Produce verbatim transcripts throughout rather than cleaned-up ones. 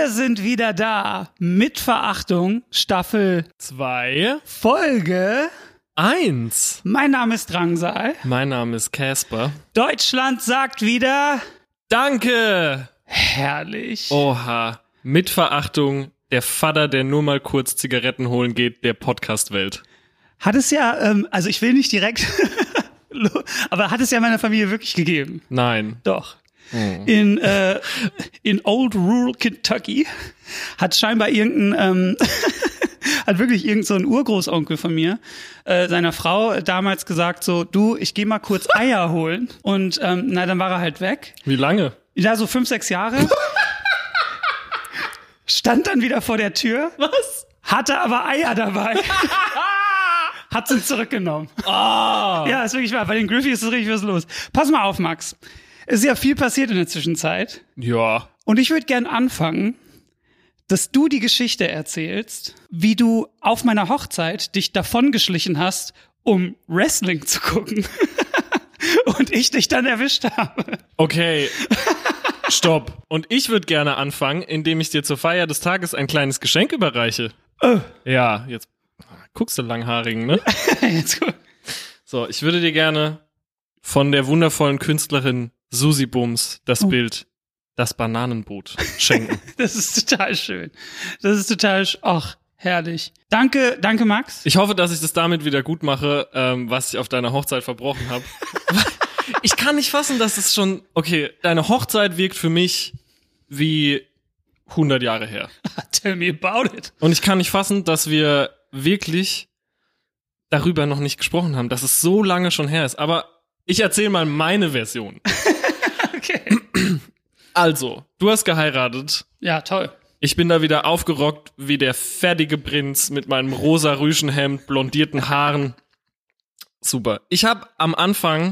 Wir sind wieder da mit Verachtung, Staffel zwei, Folge eins. Mein Name ist Drangsal. Mein Name ist Casper. Deutschland sagt wieder Danke. Herrlich. Oha, mit Verachtung, der Vater, der nur mal kurz Zigaretten holen geht, der Podcast-Welt. Hat es ja, ähm, also ich will nicht direkt, aber hat es ja meiner Familie wirklich gegeben? Nein. Doch. Oh. In, äh, in Old Rural Kentucky hat scheinbar irgendein, ähm, hat wirklich irgendein so ein Urgroßonkel von mir, äh, seiner Frau damals gesagt so, du, ich geh mal kurz Eier holen. Und ähm, na, dann war er halt weg. Wie lange? Ja, so fünf, sechs Jahre. Stand dann wieder vor der Tür. Was? Hatte aber Eier dabei. Hat sie zurückgenommen. Oh. Ja, ist wirklich wahr. Bei den Griffys ist richtig was los. Pass mal auf, Max. Es ist ja viel passiert in der Zwischenzeit. Ja. Und ich würde gern anfangen, dass du die Geschichte erzählst, wie du auf meiner Hochzeit dich davongeschlichen hast, um Wrestling zu gucken. Und ich dich dann erwischt habe. Okay. Stopp. Und ich würde gerne anfangen, indem ich dir zur Feier des Tages ein kleines Geschenk überreiche. Oh. Ja, jetzt guckst du Langhaarigen, ne? Jetzt guck. So, ich würde dir gerne von der wundervollen Künstlerin Susi Bums das oh. Bild Das Bananenboot schenken. Das ist total schön. Das ist total, sch- ach, herrlich. Danke, danke Max. Ich hoffe, dass ich das damit wieder gut mache, ähm, was ich auf deiner Hochzeit verbrochen habe. Ich kann nicht fassen, dass es schon, okay, deine Hochzeit wirkt für mich wie hundert Jahre her. Tell me about it. Und ich kann nicht fassen, dass wir wirklich darüber noch nicht gesprochen haben, dass es so lange schon her ist. Aber ich erzähle mal meine Version. Okay. Also, du hast geheiratet. Ja, toll. Ich bin da wieder aufgerockt wie der fertige Prinz mit meinem rosa Rüschenhemd, blondierten Haaren. Super. Ich habe am Anfang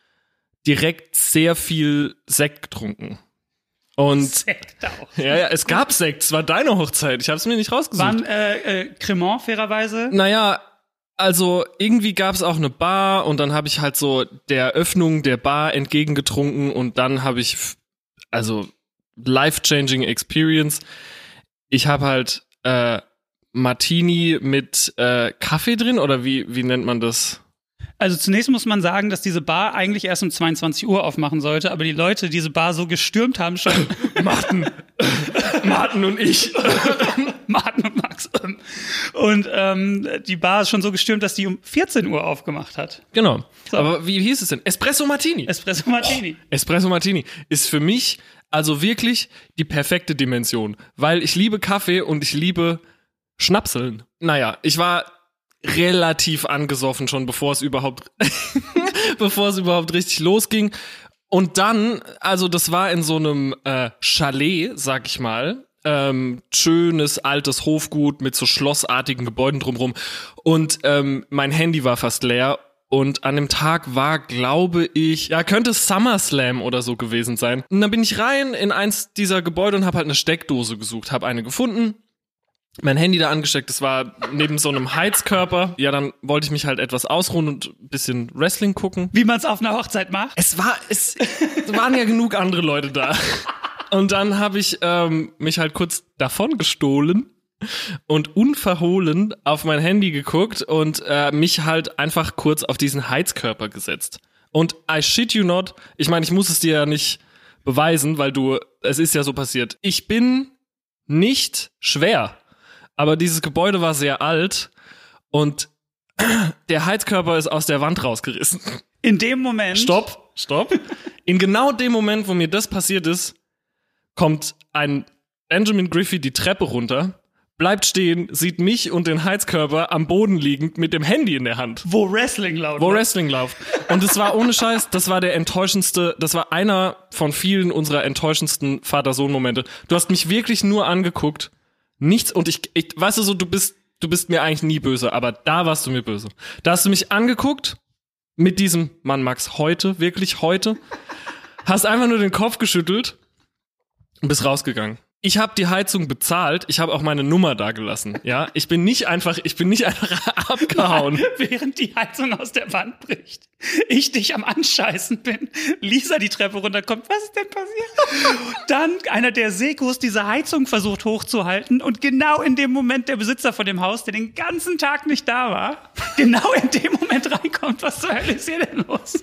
direkt sehr viel Sekt getrunken. Und Sekt auch. Ja, ja, es gab Sekt. Es war deine Hochzeit. Ich habe es mir nicht rausgesucht. Wann äh, äh, Cremant, fairerweise? Naja, also irgendwie gab es auch eine Bar und dann habe ich halt so der Öffnung der Bar entgegengetrunken und dann habe ich, also life-changing Experience. Ich habe halt äh, Martini mit äh, Kaffee drin oder wie wie nennt man das? Also zunächst muss man sagen, dass diese Bar eigentlich erst um zweiundzwanzig Uhr aufmachen sollte, aber die Leute diese Bar so gestürmt haben schon. Martin, Martin und ich. Martin und Max. Und ähm, die Bar ist schon so gestürmt, dass die um vierzehn Uhr aufgemacht hat. Genau. So. Aber wie hieß es denn? Espresso Martini. Espresso Martini. Oh, Espresso Martini ist für mich also wirklich die perfekte Dimension, weil ich liebe Kaffee und ich liebe Schnapseln. Naja, ich war relativ angesoffen schon, bevor es überhaupt bevor es überhaupt richtig losging. Und dann, also das war in so einem äh, Chalet, sag ich mal, ähm, schönes altes Hofgut mit so schlossartigen Gebäuden drumherum. Und ähm, mein Handy war fast leer. Und an dem Tag war, glaube ich, ja, könnte SummerSlam oder so gewesen sein. Und dann bin ich rein in eins dieser Gebäude und habe halt eine Steckdose gesucht, habe eine gefunden. Mein Handy da angesteckt, das war neben so einem Heizkörper. Ja, dann wollte ich mich halt etwas ausruhen und ein bisschen Wrestling gucken. Wie man es auf einer Hochzeit macht. Es war, es, es waren ja genug andere Leute da. Und dann habe ich ähm, mich halt kurz davon gestohlen und unverhohlen auf mein Handy geguckt und äh, mich halt einfach kurz auf diesen Heizkörper gesetzt. Und I shit you not, ich meine, ich muss es dir ja nicht beweisen, weil du, es ist ja so passiert. Ich bin nicht schwer. Aber dieses Gebäude war sehr alt und der Heizkörper ist aus der Wand rausgerissen. In dem Moment. Stopp, stopp. In genau dem Moment, wo mir das passiert ist, kommt ein Benjamin Griffey die Treppe runter, bleibt stehen, sieht mich und den Heizkörper am Boden liegend mit dem Handy in der Hand. Wo Wrestling läuft. Wo Wrestling läuft. Und es war ohne Scheiß, das war der enttäuschendste, das war einer von vielen unserer enttäuschendsten Vater-Sohn-Momente. Du hast mich wirklich nur angeguckt. Nichts, und ich, ich, weißt du so, du bist, du bist mir eigentlich nie böse, aber da warst du mir böse. Da hast du mich angeguckt, mit diesem, Mann, Max, heute, wirklich heute, hast einfach nur den Kopf geschüttelt und bist rausgegangen. ich habe die Heizung bezahlt, ich habe auch meine Nummer da gelassen, ja. Ich bin nicht einfach, ich bin nicht einfach abgehauen. Während die Heizung aus der Wand bricht, ich dich am Anscheißen bin, Lisa die Treppe runterkommt, was ist denn passiert? Dann einer der Sekos diese Heizung versucht hochzuhalten und genau in dem Moment der Besitzer von dem Haus, der den ganzen Tag nicht da war, genau in dem Moment reinkommt, was zur Hölle ist hier denn los?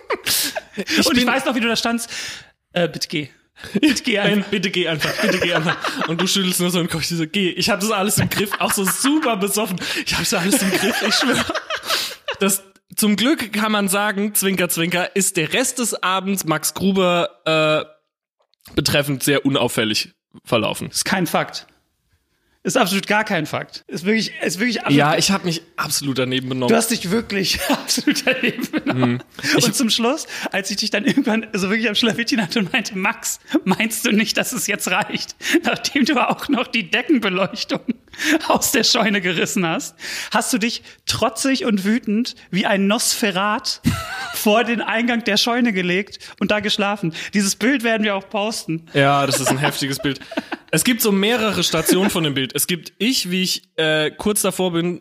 Ich und ich weiß noch, wie du da standst, äh, bitte geh. Bitte geh einfach. Bitte geh einfach, bitte geh einfach. Und du schüttelst nur so den Kopf, so, geh. Ich hab das alles im Griff, auch so super besoffen. Ich hab das alles im Griff, ich schwöre. Das, zum Glück kann man sagen, Zwinker, Zwinker, ist der Rest des Abends Max Gruber äh, betreffend sehr unauffällig verlaufen. Ist kein Fakt. Ist absolut gar kein Fakt. Ist wirklich, ist wirklich absolut. Ja, ich habe mich absolut daneben benommen. Du hast dich wirklich absolut daneben benommen. Mhm. Und zum Schluss, als ich dich dann irgendwann so wirklich am Schlawittchen hatte und meinte, Max, meinst du nicht, dass es jetzt reicht? Nachdem du auch noch die Deckenbeleuchtung aus der Scheune gerissen hast, hast du dich trotzig und wütend wie ein Nosferat vor den Eingang der Scheune gelegt und da geschlafen. Dieses Bild werden wir auch posten. Ja, das ist ein heftiges Bild. Es gibt so mehrere Stationen von dem Bild. Es gibt ich, wie ich äh, kurz davor bin,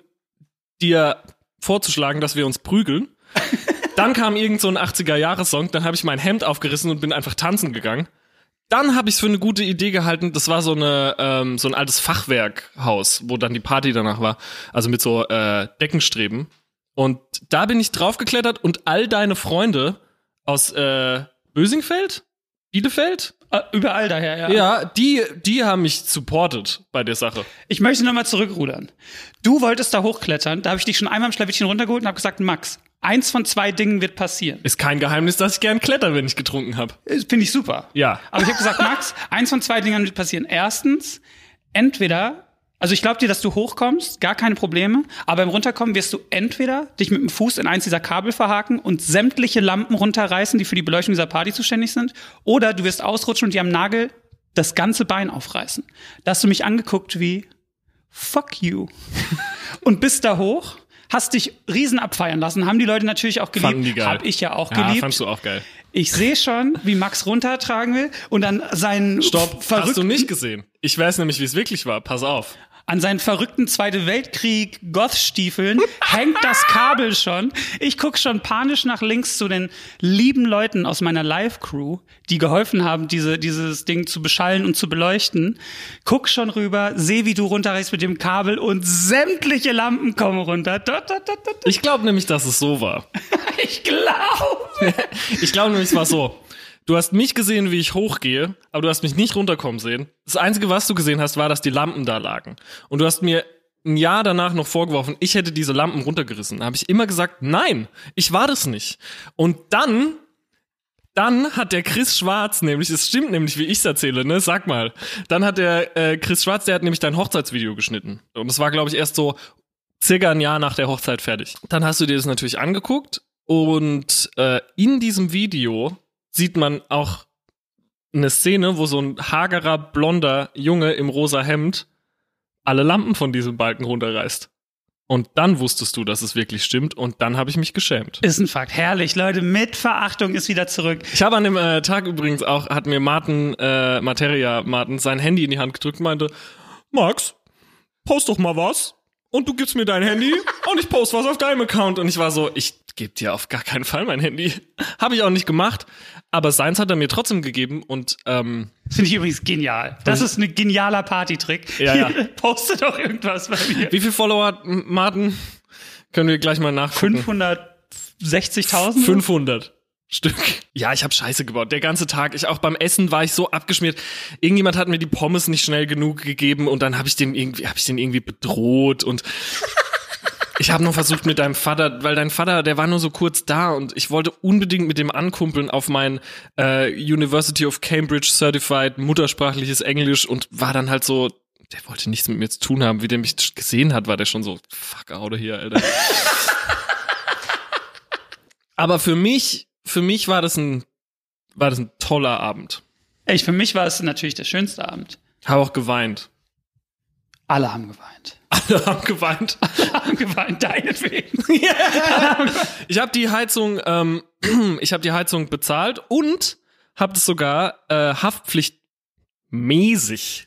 dir vorzuschlagen, dass wir uns prügeln. Dann kam irgend so ein achtziger-Jahres-Song, dann habe ich mein Hemd aufgerissen und bin einfach tanzen gegangen. Dann habe ich es für eine gute Idee gehalten, das war so eine ähm, so ein altes Fachwerkhaus, wo dann die Party danach war, also mit so äh, Deckenstreben. Und da bin ich draufgeklettert und all deine Freunde aus äh, Bösingfeld, Bielefeld, überall daher, ja. Ja, die, die haben mich supportet bei der Sache. Ich möchte nochmal zurückrudern. Du wolltest da hochklettern, da habe ich dich schon einmal im Schlawittchen runtergeholt und habe gesagt, Max, eins von zwei Dingen wird passieren. Ist kein Geheimnis, dass ich gern kletter, wenn ich getrunken habe. Finde ich super. Ja. Aber ich habe gesagt, Max, eins von zwei Dingen wird passieren. Erstens, entweder, also ich glaube dir, dass du hochkommst, gar keine Probleme, aber beim Runterkommen wirst du entweder dich mit dem Fuß in eins dieser Kabel verhaken und sämtliche Lampen runterreißen, die für die Beleuchtung dieser Party zuständig sind, oder du wirst ausrutschen und dir am Nagel das ganze Bein aufreißen. Da hast du mich angeguckt wie fuck you. Und bist da hoch, hast dich riesen abfeiern lassen, haben die Leute natürlich auch geliebt. Fanden die geil. Hab ich ja auch ja, geliebt. Fandst du auch geil. Ich sehe schon, wie Max runtertragen will und dann seinen Stopp, verrückten, hast du nicht gesehen. Ich weiß nämlich, wie es wirklich war. Pass auf. An seinen verrückten Zweite Weltkrieg Goth-Stiefeln hängt das Kabel schon. Ich guck schon panisch nach links zu den lieben Leuten aus meiner Live-Crew, die geholfen haben, diese, dieses Ding zu beschallen und zu beleuchten. Guck schon rüber, seh, wie du runterreichst mit dem Kabel und sämtliche Lampen kommen runter. Dot, dot, dot, dot. Ich glaube nämlich, dass es so war. Ich glaube. Ich glaube nämlich, es war so. Du hast mich gesehen, wie ich hochgehe, aber du hast mich nicht runterkommen sehen. Das Einzige, was du gesehen hast, war, dass die Lampen da lagen. Und du hast mir ein Jahr danach noch vorgeworfen, ich hätte diese Lampen runtergerissen. Da habe ich immer gesagt, nein, ich war das nicht. Und dann, dann hat der Chris Schwarz nämlich, es stimmt nämlich, wie ich es erzähle, ne, sag mal. Dann hat der äh, Chris Schwarz, der hat nämlich dein Hochzeitsvideo geschnitten. Und das war, glaube ich, erst so circa ein Jahr nach der Hochzeit fertig. Dann hast du dir das natürlich angeguckt und äh, in diesem Video sieht man auch eine Szene, wo so ein hagerer, blonder Junge im rosa Hemd alle Lampen von diesem Balken runterreißt. Und dann wusstest du, dass es wirklich stimmt und dann habe ich mich geschämt. Ist ein Fakt. Herrlich, Leute, mit Verachtung ist wieder zurück. Ich habe an dem äh, Tag übrigens auch, hat mir Martin, äh, Materia Martin, sein Handy in die Hand gedrückt und meinte, Max, post doch mal was und du gibst mir dein Handy und ich poste was auf deinem Account. Und ich war so, ich gebe dir auf gar keinen Fall mein Handy. Habe ich auch nicht gemacht. Aber seins hat er mir trotzdem gegeben und ähm, das finde ich übrigens genial. Das ist ein genialer Partytrick. Ja, ja. Poste doch irgendwas bei mir. Wie viele Follower hat Martin? Können wir gleich mal nachgucken. fünfhundertsechzigtausend? fünfhundert Stück. Ja, ich habe Scheiße gebaut. Der ganze Tag. Ich auch beim Essen war ich so abgeschmiert. Irgendjemand hat mir die Pommes nicht schnell genug gegeben und dann habe ich den irgendwie, habe ich den irgendwie bedroht und ich habe noch versucht mit deinem Vater, weil dein Vater, der war nur so kurz da und ich wollte unbedingt mit dem ankumpeln auf mein äh, University of Cambridge Certified muttersprachliches Englisch und war dann halt so, der wollte nichts mit mir zu tun haben. Wie der mich gesehen hat, war der schon so, fuck out hier, Alter. Aber für mich, für mich war das ein, war das ein toller Abend. Echt, für mich war es natürlich der schönste Abend. Habe auch geweint. Alle haben geweint. Alle haben geweint. Alle haben geweint, deinetwegen. Ich habe die Heizung, ähm, ich habe die Heizung bezahlt und habe das sogar äh, Haftpflicht mäßig.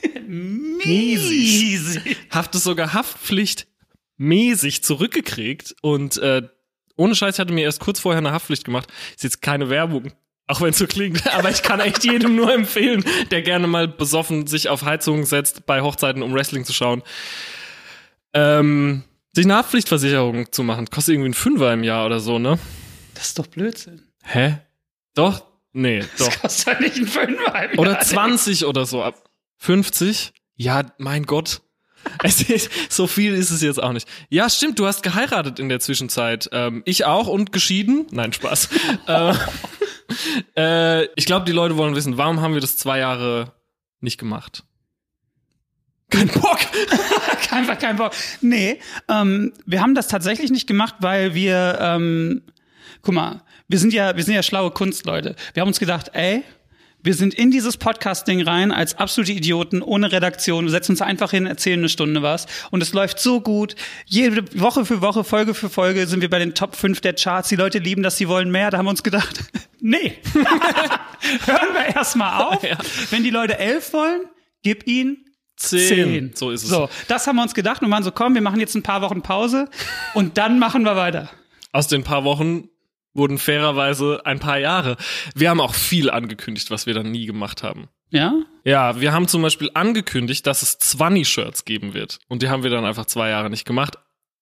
mäßig. Habt es sogar Haftpflicht mäßig zurückgekriegt und äh, ohne Scheiß, ich hatte mir erst kurz vorher eine Haftpflicht gemacht. Ist jetzt keine Werbung, auch wenn es so klingt, aber ich kann echt jedem nur empfehlen, der gerne mal besoffen sich auf Heizungen setzt bei Hochzeiten, um Wrestling zu schauen. Ähm, sich eine Haftpflichtversicherung zu machen, kostet irgendwie ein Fünfer im Jahr oder so, ne? Das ist doch Blödsinn. Hä? Doch? Nee, doch. Das kostet halt nicht ein Fünfer im Jahr. Oder zwanzig oder so. Ab fünfzig? Ja, mein Gott. Es ist, so viel ist es jetzt auch nicht. Ja, stimmt, du hast geheiratet in der Zwischenzeit. Ähm, ich auch und geschieden. Nein, Spaß. äh, äh, ich glaube, die Leute wollen wissen, warum haben wir das zwei Jahre nicht gemacht? Kein Bock. Einfach kein Bock. Nee, ähm, wir haben das tatsächlich nicht gemacht, weil wir, ähm, guck mal, wir sind ja, wir sind ja schlaue Kunstleute. Wir haben uns gedacht, ey, wir sind in dieses Podcast-Ding rein als absolute Idioten, ohne Redaktion. Wir setzen uns einfach hin, erzählen eine Stunde was. Und es läuft so gut. Jede Woche für Woche, Folge für Folge sind wir bei den Top fünf der Charts. Die Leute lieben das, sie wollen mehr. Da haben wir uns gedacht, nee. Hören wir erstmal auf. Ja. Wenn die Leute elf wollen, gib ihnen zehn. zehn. So ist es. So, das haben wir uns gedacht und waren so, komm, wir machen jetzt ein paar Wochen Pause und dann machen wir weiter. Aus den paar Wochen wurden fairerweise ein paar Jahre. Wir haben auch viel angekündigt, was wir dann nie gemacht haben. Ja? Ja, wir haben zum Beispiel angekündigt, dass es zwanzig-Shirts geben wird. Und die haben wir dann einfach zwei Jahre nicht gemacht.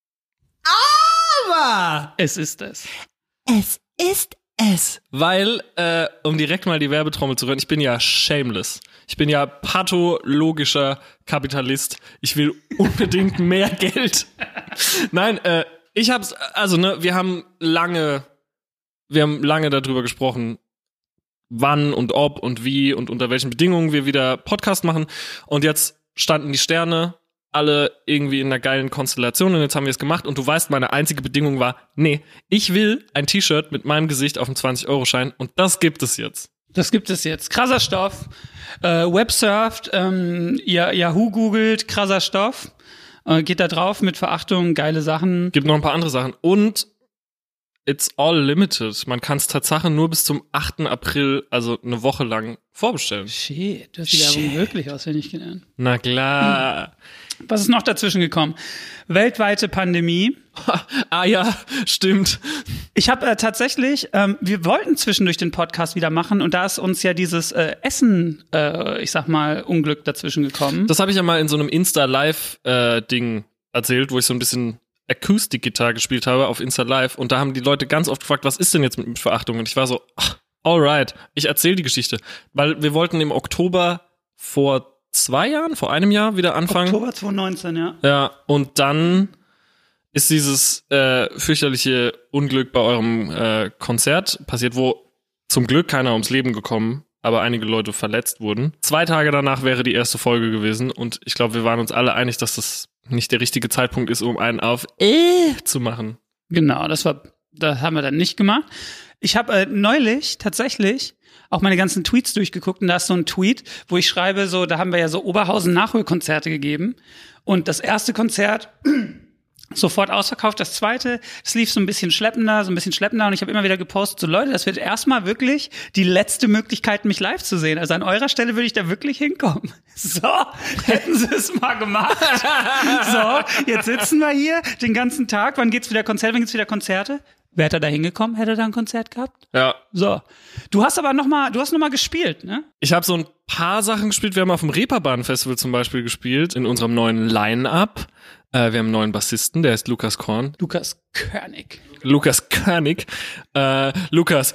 Aber es ist es. Es ist es. Weil, äh, um direkt mal die Werbetrommel zu rühren, ich bin ja shameless. Ich bin ja pathologischer Kapitalist. Ich will unbedingt mehr Geld. Nein, äh, ich hab's, also ne, wir haben lange Wir haben lange darüber gesprochen, wann und ob und wie und unter welchen Bedingungen wir wieder Podcast machen. Und jetzt standen die Sterne alle irgendwie in einer geilen Konstellation und jetzt haben wir es gemacht. Und du weißt, meine einzige Bedingung war, nee, ich will ein T-Shirt mit meinem Gesicht auf dem zwanzig-Euro-Schein und das gibt es jetzt. Das gibt es jetzt. Krasser Stoff. Äh, Websurft, ähm, Yahoo googelt, krasser Stoff. Äh, geht da drauf mit Verachtung, geile Sachen. Gibt noch ein paar andere Sachen. Und it's all limited. Man kann es Tatsache nur bis zum achten April, also eine Woche lang, vorbestellen. Shit, du hast die Werbung wirklich auswendig gelernt. Na klar. Was ist noch dazwischen gekommen? Weltweite Pandemie. Ah ja, stimmt. Ich habe äh, tatsächlich, ähm, wir wollten zwischendurch den Podcast wieder machen und da ist uns ja dieses äh, Essen, äh, ich sag mal, Unglück dazwischen gekommen. Das habe ich ja mal in so einem Insta-Live-Ding äh, erzählt, wo ich so ein bisschen Akustikgitarre gespielt habe auf Insta Live und da haben die Leute ganz oft gefragt, was ist denn jetzt mit Verachtung? Und ich war so, ach, alright, ich erzähle die Geschichte. Weil wir wollten im Oktober vor zwei Jahren, vor einem Jahr wieder anfangen. Oktober zwanzig neunzehn, ja. Ja, und dann ist dieses äh, fürchterliche Unglück bei eurem äh, Konzert passiert, wo zum Glück keiner ums Leben gekommen, aber einige Leute verletzt wurden. Zwei Tage danach wäre die erste Folge gewesen und ich glaube, wir waren uns alle einig, dass das nicht der richtige Zeitpunkt ist, um einen auf äh zu machen. Genau, das war, das haben wir dann nicht gemacht. Ich habe äh, neulich tatsächlich auch meine ganzen Tweets durchgeguckt und da ist so ein Tweet, wo ich schreibe, so, da haben wir ja so Oberhausen-Nachholkonzerte gegeben und das erste Konzert sofort ausverkauft, das zweite, das lief so ein bisschen schleppender, so ein bisschen schleppender und ich habe immer wieder gepostet, so Leute, das wird erstmal wirklich die letzte Möglichkeit, mich live zu sehen. Also an eurer Stelle würde ich da wirklich hinkommen. So, hätten sie es mal gemacht. So, jetzt sitzen wir hier den ganzen Tag. Wann geht's wieder Konzert? Wann geht's wieder Konzerte? Wäre er da hingekommen? Hätte er da ein Konzert gehabt? Ja. So. Du hast aber noch mal, du hast noch mal gespielt, ne? Ich habe so ein paar Sachen gespielt. Wir haben auf dem Reeperbahn-Festival zum Beispiel gespielt, in unserem neuen Line-Up. Äh, wir haben einen neuen Bassisten, der heißt Lukas Korn. Lukas Körnig. Lukas Körnig. Äh, Lukas.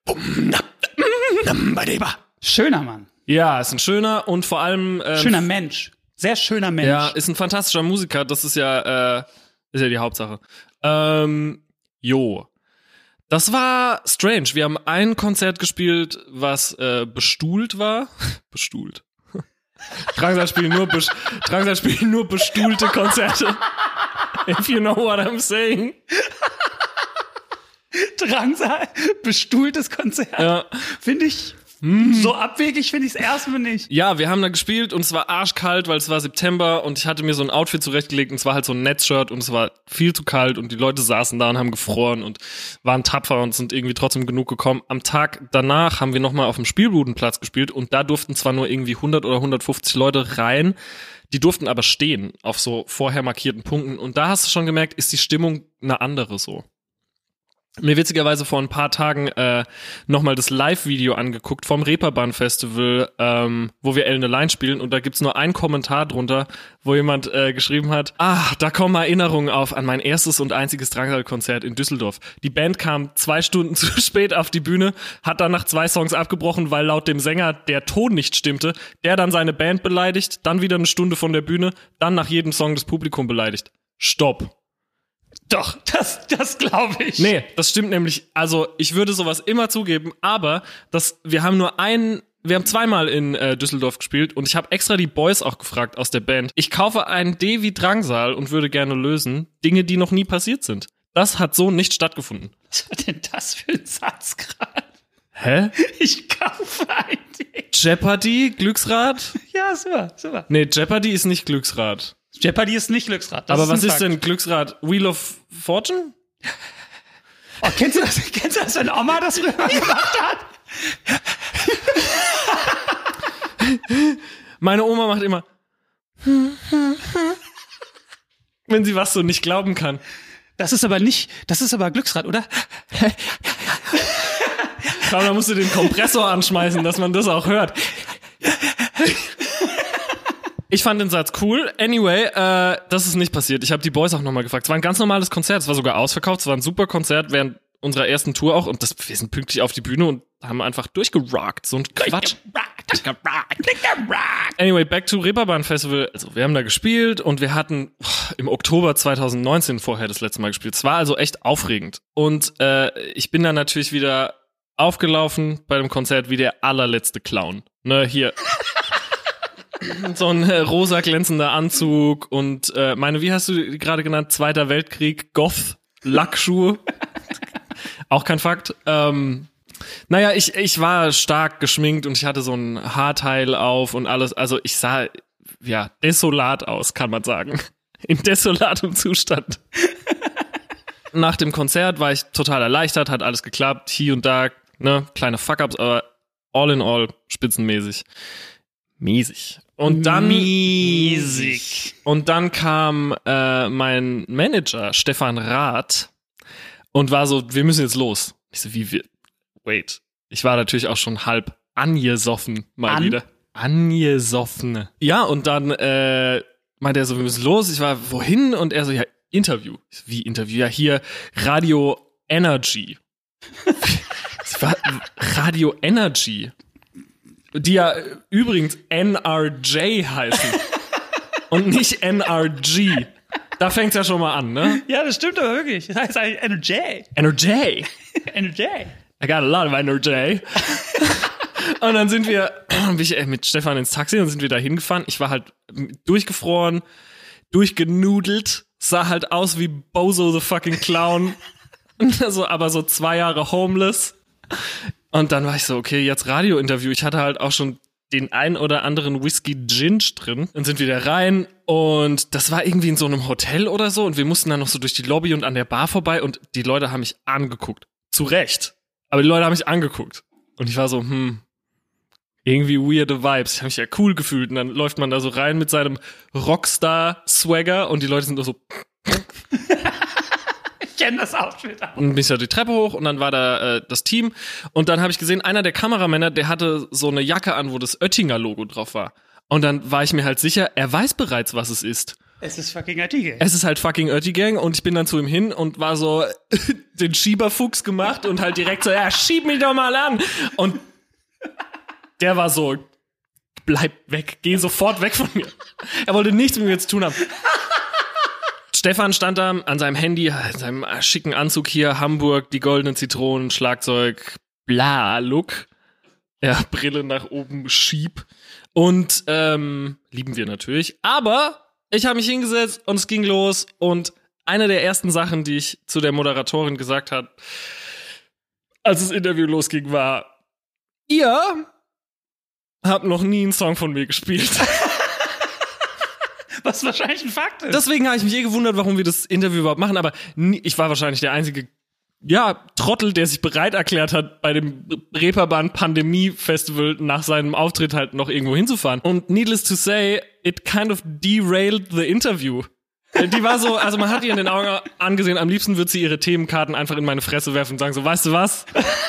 Schöner Mann. Ja, ist ein schöner und vor allem ähm, schöner Mensch. Sehr schöner Mensch. Ja, ist ein fantastischer Musiker. Das ist ja, äh, ist ja die Hauptsache. Ähm, jo. Das war strange. Wir haben ein Konzert gespielt, was äh, bestuhlt war. Bestuhlt. Drangsal spielen nur, bes- Drangsal spielen nur bestuhlte Konzerte. If you know what I'm saying. Drangsal, bestuhltes Konzert. Ja. Finde ich, Mm. So abwegig finde ich es erstmal nicht. Ja, wir haben da gespielt und es war arschkalt, weil es war September und ich hatte mir so ein Outfit zurechtgelegt und es war halt so ein Netzshirt und es war viel zu kalt und die Leute saßen da und haben gefroren und waren tapfer und sind irgendwie trotzdem genug gekommen. Am Tag danach haben wir nochmal auf dem Spielbudenplatz gespielt und da durften zwar nur irgendwie hundert oder hundertfünfzig Leute rein, die durften aber stehen auf so vorher markierten Punkten und da hast du schon gemerkt, ist die Stimmung eine andere so. Mir witzigerweise vor ein paar Tagen äh, nochmal das Live-Video angeguckt vom Reeperbahn-Festival, ähm, wo wir Ellen Line spielen und da gibt's nur einen Kommentar drunter, wo jemand äh, geschrieben hat, ah, da kommen Erinnerungen auf an mein erstes und einziges Drangsal-Konzert in Düsseldorf. Die Band kam zwei Stunden zu spät auf die Bühne, hat dann nach zwei Songs abgebrochen, weil laut dem Sänger der Ton nicht stimmte, der dann seine Band beleidigt, dann wieder eine Stunde von der Bühne, dann nach jedem Song das Publikum beleidigt. Stopp. Doch, das, das glaube ich. Nee, das stimmt nämlich. Also ich würde sowas immer zugeben, aber das, wir haben nur einen, wir haben zweimal in äh, Düsseldorf gespielt und ich habe extra die Boys auch gefragt aus der Band. Ich kaufe einen D wie Drangsal und würde gerne lösen Dinge, die noch nie passiert sind. Das hat so nicht stattgefunden. Was war denn das für ein Satz gerade? Hä? Ich kaufe ein D. Jeopardy, Glücksrad? Ja, super, super. Nee, Jeopardy ist nicht Glücksrad. Jeopardy ist nicht Glücksrad. Das aber ist was ist Fakt. denn Glücksrad? Wheel of Fortune? Oh, kennst du das, kennst du das, wenn Oma das früher gemacht hat? Meine Oma macht immer wenn sie was so nicht glauben kann. Das ist aber nicht, das ist aber Glücksrad, oder? Aber da musst du den Kompressor anschmeißen, dass man das auch hört. Ich fand den Satz cool. Anyway, äh, das ist nicht passiert. Ich habe die Boys auch nochmal gefragt. Es war ein ganz normales Konzert. Es war sogar ausverkauft. Es war ein super Konzert während unserer ersten Tour auch. Und das, wir sind pünktlich auf die Bühne und haben einfach durchgerockt. So ein Quatsch. Anyway, back to Reeperbahn Festival. Also wir haben da gespielt und wir hatten oh, im Oktober zwanzig neunzehn vorher das letzte Mal gespielt. Es war also echt aufregend. Und äh, ich bin dann natürlich wieder aufgelaufen bei dem Konzert wie der allerletzte Clown. Ne, hier... So ein äh, rosa glänzender Anzug und äh, meine, wie hast du gerade genannt? Zweiter Weltkrieg, Goth, Lackschuhe. Auch kein Fakt. Ähm, naja, ich, ich war stark geschminkt und ich hatte so ein Haarteil auf und alles. Also ich sah, ja, desolat aus, kann man sagen. In desolatem Zustand. Nach dem Konzert war ich total erleichtert, hat alles geklappt. Hier und da, ne, kleine Fuck-ups, aber all in all spitzenmäßig. Mäßig. Und dann Mäßig. Und dann kam äh, mein Manager Stefan Rath und war so, wir müssen jetzt los. Ich so, wie wir? Wait. Ich war natürlich auch schon halb angesoffen mal An? wieder. Angesoffen. Ja, und dann äh, meinte er so, wir müssen los. Ich war, wohin? Und er so, ja, Interview. Ich so, wie Interview? Ja, hier Radio Energy. Es war Radio Energy. Die ja übrigens N R J heißen. Und nicht N R G. Da fängt's ja schon mal an, ne? Ja, das stimmt aber wirklich. Das heißt eigentlich Energy. Energy. Energy. I got a lot of Energy. Und dann sind wir bin ich mit Stefan ins Taxi und sind wir da hingefahren. Ich war halt durchgefroren, durchgenudelt, sah halt aus wie Bozo the fucking Clown. Also, aber so zwei Jahre homeless. Und dann war ich so, okay, jetzt Radiointerview. Ich hatte halt auch schon den ein oder anderen Whisky Ginge drin. Dann sind wir da rein und das war irgendwie in so einem Hotel oder so und wir mussten dann noch so durch die Lobby und an der Bar vorbei und die Leute haben mich angeguckt. Zu Recht. Aber die Leute haben mich angeguckt. Und ich war so, hm, irgendwie weirde Vibes. Ich habe mich ja cool gefühlt und dann läuft man da so rein mit seinem Rockstar-Swagger und die Leute sind nur so... Ich kenne das Outfit auch. Und bin ich da die Treppe hoch und dann war da äh, das Team und dann habe ich gesehen, einer der Kameramänner, der hatte so eine Jacke an, wo das Oettinger-Logo drauf war. Und dann war ich mir halt sicher, er weiß bereits, was es ist. Es ist fucking Oettinger. Es ist halt fucking Oettigang und ich bin dann zu ihm hin und war so den Schieberfuchs gemacht und halt direkt so, ja, schieb mich doch mal an. Und der war so, bleib weg, geh sofort weg von mir. Er wollte nichts mit mir zu tun haben. Stefan stand da an seinem Handy, in seinem schicken Anzug hier, Hamburg, die goldenen Zitronen, Schlagzeug, bla, Look. Ja, Brille nach oben, schieb. Und ähm, lieben wir natürlich. Aber ich habe mich hingesetzt und es ging los. Und eine der ersten Sachen, die ich zu der Moderatorin gesagt habe, als das Interview losging, war, ihr habt noch nie einen Song von mir gespielt. Was wahrscheinlich ein Fakt ist. Deswegen habe ich mich eh gewundert, warum wir das Interview überhaupt machen, aber nie, ich war wahrscheinlich der einzige, ja, Trottel, der sich bereit erklärt hat, bei dem Reeperbahn Pandemie Festival nach seinem Auftritt halt noch irgendwo hinzufahren. Und needless to say, it kind of derailed the interview. Die war so, also man hat ihr in den Augen angesehen, am liebsten wird sie ihre Themenkarten einfach in meine Fresse werfen und sagen so, weißt du was?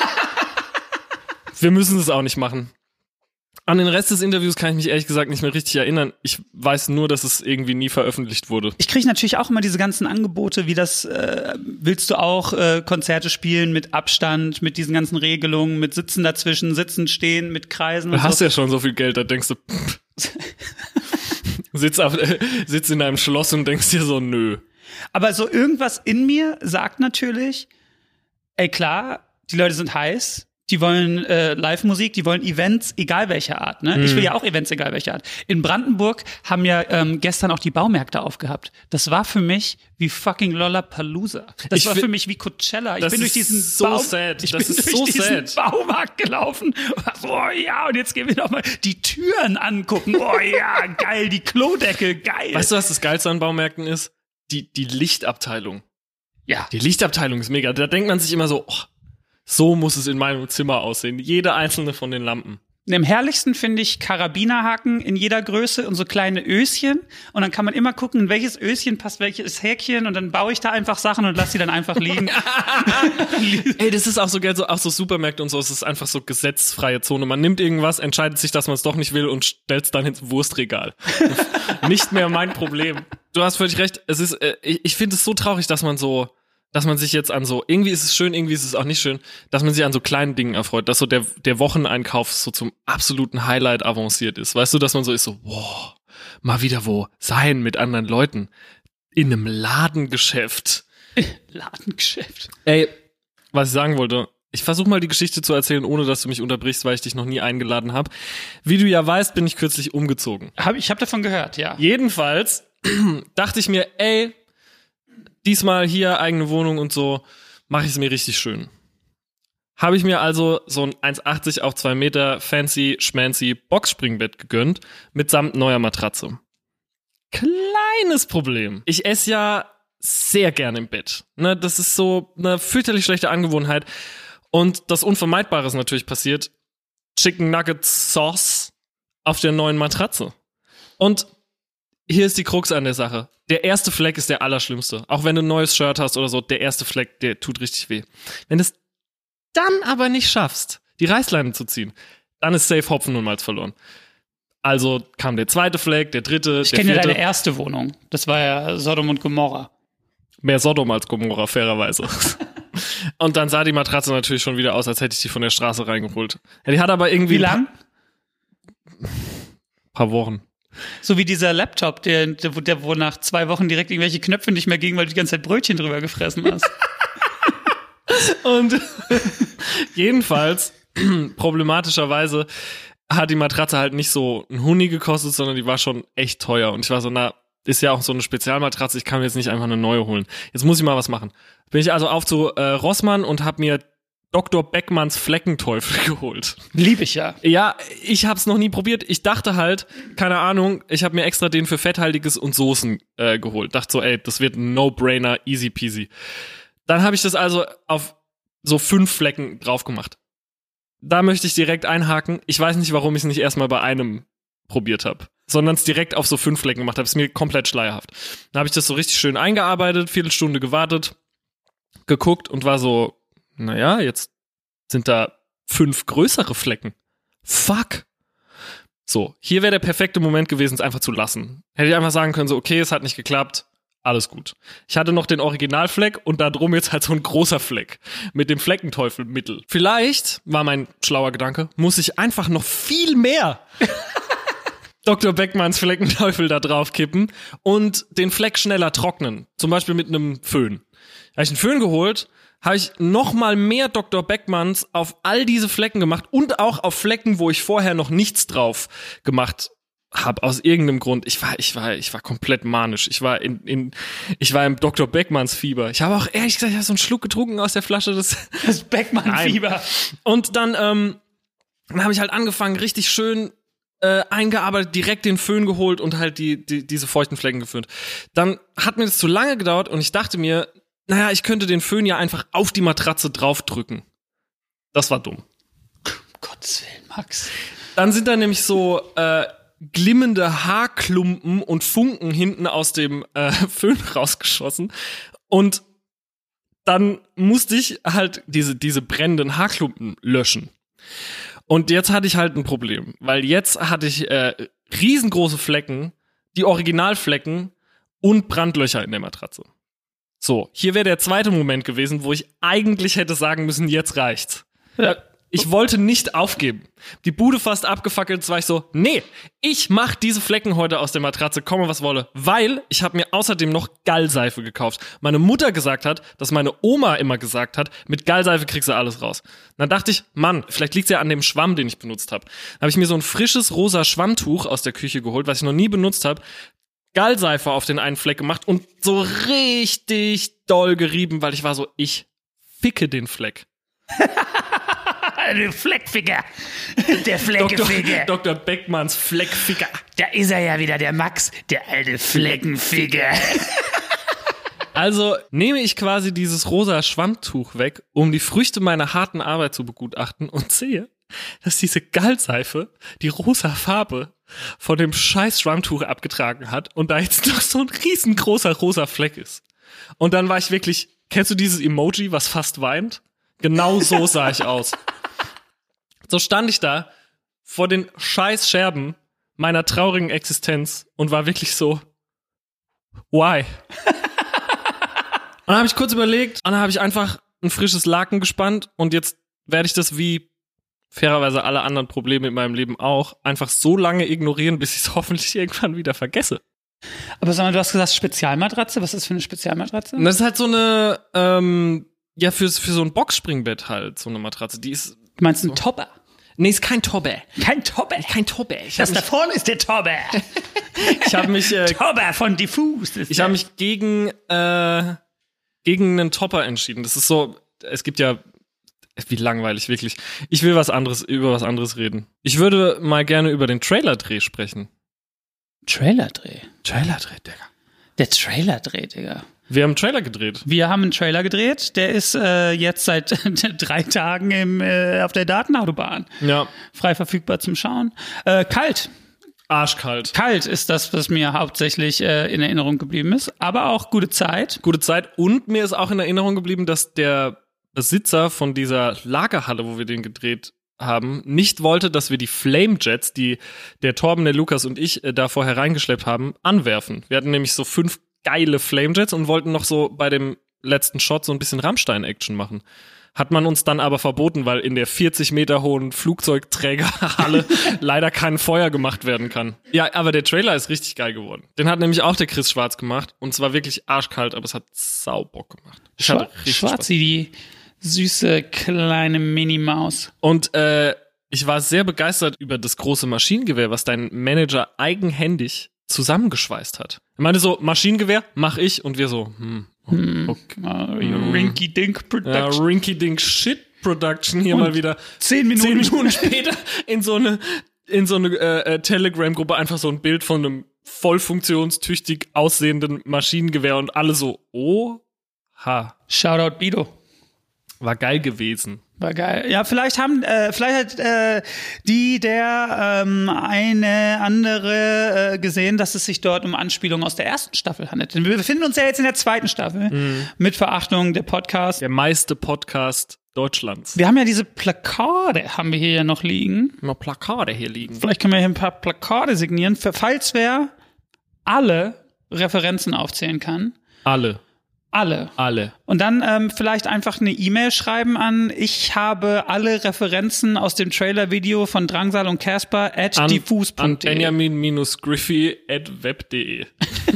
Wir müssen es auch nicht machen. An den Rest des Interviews kann ich mich ehrlich gesagt nicht mehr richtig erinnern. Ich weiß nur, dass es irgendwie nie veröffentlicht wurde. Ich kriege natürlich auch immer diese ganzen Angebote, wie das, äh, willst du auch äh, Konzerte spielen mit Abstand, mit diesen ganzen Regelungen, mit Sitzen dazwischen, Sitzen, Stehen, mit Kreisen und Du hast so. ja schon so viel Geld, da denkst du, sitz, auf, äh, sitz in einem Schloss und denkst dir so, nö. Aber so irgendwas in mir sagt natürlich, ey klar, die Leute sind heiß, die wollen äh, Live-Musik, die wollen Events, egal welcher Art. Ne? Mhm. Ich will ja auch Events, egal welcher Art. In Brandenburg haben ja ähm, gestern auch die Baumärkte aufgehabt. Das war für mich wie fucking Lollapalooza. Das ich war für mich wie Coachella. Ich bin durch diesen so Baum, sad. Ich das bin ist durch so diesen sad. Baumarkt gelaufen. So, oh ja, und jetzt gehen wir noch mal die Türen angucken. Oh ja, geil, die Klodecke, geil. Weißt du, was das Geilste an Baumärkten ist? Die, die Lichtabteilung. Ja. Die Lichtabteilung ist mega. Da denkt man sich immer so, oh, so muss es in meinem Zimmer aussehen. Jede einzelne von den Lampen. Am herrlichsten finde ich Karabinerhaken in jeder Größe und so kleine Öschen. Und dann kann man immer gucken, in welches Öschen passt welches Häkchen. Und dann baue ich da einfach Sachen und lasse sie dann einfach liegen. Ey, das ist auch so geil, so, auch so Supermärkte und so. Es ist einfach so gesetzfreie Zone. Man nimmt irgendwas, entscheidet sich, dass man es doch nicht will und stellt es dann ins Wurstregal. Nicht mehr mein Problem. Du hast völlig recht. Es ist, äh, ich, ich finde es so traurig, dass man so dass man sich jetzt an so, irgendwie ist es schön, irgendwie ist es auch nicht schön, dass man sich an so kleinen Dingen erfreut, dass so der, der Wocheneinkauf so zum absoluten Highlight avanciert ist. Weißt du, dass man so ist so, wow, mal wieder wo sein mit anderen Leuten. In einem Ladengeschäft. Ladengeschäft. Ey, was ich sagen wollte, ich versuche mal die Geschichte zu erzählen, ohne dass du mich unterbrichst, weil ich dich noch nie eingeladen habe. Wie du ja weißt, bin ich kürzlich umgezogen. Hab, ich habe davon gehört, ja. Jedenfalls dachte ich mir, ey, diesmal hier eigene Wohnung und so, mache ich es mir richtig schön. Habe ich mir also so ein eins achtzig auf zwei Meter fancy, schmancy Boxspringbett gegönnt, mitsamt neuer Matratze. Kleines Problem. Ich esse ja sehr gern im Bett. Ne, das ist so eine fürchterlich schlechte Angewohnheit. Und das Unvermeidbare ist natürlich passiert. Chicken Nugget Sauce auf der neuen Matratze. Und hier ist die Krux an der Sache. Der erste Fleck ist der allerschlimmste. Auch wenn du ein neues Shirt hast oder so, der erste Fleck, der tut richtig weh. Wenn du es dann aber nicht schaffst, die Reißleine zu ziehen, dann ist safe Hopfen und Malz verloren. Also kam der zweite Fleck, der dritte, ich der vierte. Ich kenne ja deine erste Wohnung. Das war ja Sodom und Gomorra. Mehr Sodom als Gomorra, fairerweise. Und dann sah die Matratze natürlich schon wieder aus, als hätte ich die von der Straße reingeholt. Ja, die hat aber irgendwie... Wie lang? Ein paar Wochen. So wie dieser Laptop, der, der, der wo nach zwei Wochen direkt irgendwelche Knöpfe nicht mehr gingen, weil du die ganze Zeit Brötchen drüber gefressen hast. Und jedenfalls, problematischerweise, hat die Matratze halt nicht so ein Huni gekostet, sondern die war schon echt teuer. Und ich war so, na, ist ja auch so eine Spezialmatratze, ich kann mir jetzt nicht einfach eine neue holen. Jetzt muss ich mal was machen. Bin ich also auf zu äh, Rossmann und hab mir Doktor Beckmanns Fleckenteufel geholt. Lieb ich ja. Ja, ich hab's noch nie probiert. Ich dachte halt, keine Ahnung, ich habe mir extra den für Fetthaltiges und Soßen äh, geholt. Dachte so, ey, das wird ein No-Brainer, easy peasy. Dann habe ich das also auf so fünf Flecken drauf gemacht. Da möchte ich direkt einhaken. Ich weiß nicht, warum ich es nicht erstmal bei einem probiert habe, sondern es direkt auf so fünf Flecken gemacht habe. Ist mir komplett schleierhaft. Dann habe ich das so richtig schön eingearbeitet, Viertelstunde gewartet, geguckt und war so, naja, jetzt sind da fünf größere Flecken. Fuck. So, hier wäre der perfekte Moment gewesen, es einfach zu lassen. Hätte ich einfach sagen können, so, okay, es hat nicht geklappt, alles gut. Ich hatte noch den Originalfleck und da drum jetzt halt so ein großer Fleck mit dem Fleckenteufelmittel. Vielleicht, war mein schlauer Gedanke, muss ich einfach noch viel mehr Doktor Beckmanns Fleckenteufel da drauf kippen und den Fleck schneller trocknen. Zum Beispiel mit einem Föhn. Da habe ich einen Föhn geholt, habe ich noch mal mehr Doktor Beckmanns auf all diese Flecken gemacht und auch auf Flecken, wo ich vorher noch nichts drauf gemacht habe, aus irgendeinem Grund. Ich war, ich war, ich war komplett manisch. Ich war in, in, ich war im Doktor Beckmanns Fieber. Ich habe auch ehrlich gesagt, ich habe so einen Schluck getrunken aus der Flasche. Das, das Beckmann-Fieber. Und dann ähm, Dann habe ich halt angefangen, richtig schön äh, eingearbeitet, direkt den Föhn geholt und halt die, die diese feuchten Flecken geföhnt. Dann hat mir das zu lange gedauert und ich dachte mir, naja, ich könnte den Föhn ja einfach auf die Matratze draufdrücken. Das war dumm. Um Gottes Willen, Max. Dann sind da nämlich so äh, glimmende Haarklumpen und Funken hinten aus dem äh, Föhn rausgeschossen. Und dann musste ich halt diese, diese brennenden Haarklumpen löschen. Und jetzt hatte ich halt ein Problem, weil jetzt hatte ich äh, riesengroße Flecken, die Originalflecken und Brandlöcher in der Matratze. So, hier wäre der zweite Moment gewesen, wo ich eigentlich hätte sagen müssen, jetzt reicht's. Ja. Ich wollte nicht aufgeben. Die Bude fast abgefackelt, jetzt war ich so, nee, ich mach diese Flecken heute aus der Matratze, komme was wolle. Weil ich habe mir außerdem noch Gallseife gekauft. Meine Mutter gesagt hat, dass meine Oma immer gesagt hat, mit Gallseife kriegst du alles raus. Dann dachte ich, Mann, vielleicht liegt's ja an dem Schwamm, den ich benutzt habe. Dann habe ich mir so ein frisches rosa Schwammtuch aus der Küche geholt, was ich noch nie benutzt habe, Gallseife auf den einen Fleck gemacht und so richtig doll gerieben, weil ich war so, ich ficke den Fleck. Der Fleckficker. Der Fleckenficker. Doktor Beckmanns Fleckficker. Da ist er ja wieder, der Max, der alte Fleckenficker. Also nehme ich quasi dieses rosa Schwammtuch weg, um die Früchte meiner harten Arbeit zu begutachten und sehe, dass diese Gallseife die rosa Farbe von dem scheiß Schwammtuch abgetragen hat und da jetzt noch so ein riesengroßer rosa Fleck ist. Und dann war ich wirklich, kennst du dieses Emoji, was fast weint? Genau so sah ich aus. So stand ich da vor den scheiß Scherben meiner traurigen Existenz und war wirklich so, why? Und dann habe ich kurz überlegt und dann habe ich einfach ein frisches Laken gespannt und jetzt werde ich das wie fairerweise alle anderen Probleme in meinem Leben auch einfach so lange ignorieren, bis ich es hoffentlich irgendwann wieder vergesse. Aber sag mal, du hast gesagt Spezialmatratze. Was ist das für eine Spezialmatratze? Und das ist halt so eine, ähm, ja, für, für so ein Boxspringbett halt, so eine Matratze. Die ist. Du meinst so. ein Topper? Nee, ist kein Tobbe. Kein Topper? Kein Tobbe. Ich Das hab da mich, vorne ist der Topper. ich habe mich, äh, Topper von Diffus. ich habe mich gegen, äh, gegen einen Topper entschieden. Das ist so, es gibt ja, wie langweilig, wirklich. Ich will was anderes, über was anderes reden. Ich würde mal gerne über den Trailerdreh sprechen. Trailerdreh? Trailerdreh, Digga. Der Trailerdreh, Digga. Wir haben einen Trailer gedreht. Wir haben einen Trailer gedreht, der ist äh, jetzt seit drei Tagen im, äh, auf der Datenautobahn. Ja. Frei verfügbar zum Schauen. Äh, kalt. Arschkalt. Kalt ist das, was mir hauptsächlich äh, in Erinnerung geblieben ist, aber auch gute Zeit. Gute Zeit. Und mir ist auch in Erinnerung geblieben, dass der Besitzer von dieser Lagerhalle, wo wir den gedreht haben, nicht wollte, dass wir die Flamejets, die der Torben, der Lukas und ich äh, da vorher reingeschleppt haben, anwerfen. Wir hatten nämlich so fünf geile Flamejets und wollten noch so bei dem letzten Shot so ein bisschen Rammstein-Action machen. Hat man uns dann aber verboten, weil in der vierzig Meter hohen Flugzeugträgerhalle leider kein Feuer gemacht werden kann. Ja, aber der Trailer ist richtig geil geworden. Den hat nämlich auch der Chris Schwarz gemacht und zwar wirklich arschkalt, aber es hat Saubock gemacht. Ich hatte richtig Schwarzi, die süße kleine Minimaus. Und äh, ich war sehr begeistert über das große Maschinengewehr, was dein Manager eigenhändig zusammengeschweißt hat. Er meinte so, Maschinengewehr, mach ich. Und wir so, hm, okay. Uh, Rinky-Dink Production. Ja, Rinky-Dink Shit Production hier und mal wieder. Zehn Minuten. Zehn Minuten später in so eine, in so eine äh, Telegram-Gruppe einfach so ein Bild von einem voll funktionstüchtig aussehenden Maschinengewehr und alle so, oha. Shoutout Bido. War geil gewesen. War geil. Ja, vielleicht haben, äh, vielleicht hat äh, die der ähm, eine andere äh, gesehen, dass es sich dort um Anspielungen aus der ersten Staffel handelt. Denn wir befinden uns ja jetzt in der zweiten Staffel mhm. mit Verachtung der Podcast. Der meiste Podcast Deutschlands. Wir haben ja diese Plakate, haben wir hier ja noch liegen. Noch Plakate hier liegen. Vielleicht können wir hier ein paar Plakate signieren, für falls wer alle Referenzen aufzählen kann. Alle. Alle. Alle. Und dann ähm, vielleicht einfach eine E-Mail schreiben an ich habe alle Referenzen aus dem Trailer-Video von Drangsal und Casper at an, diffus punkt an de. Benjamin-Griffy at web punkt de.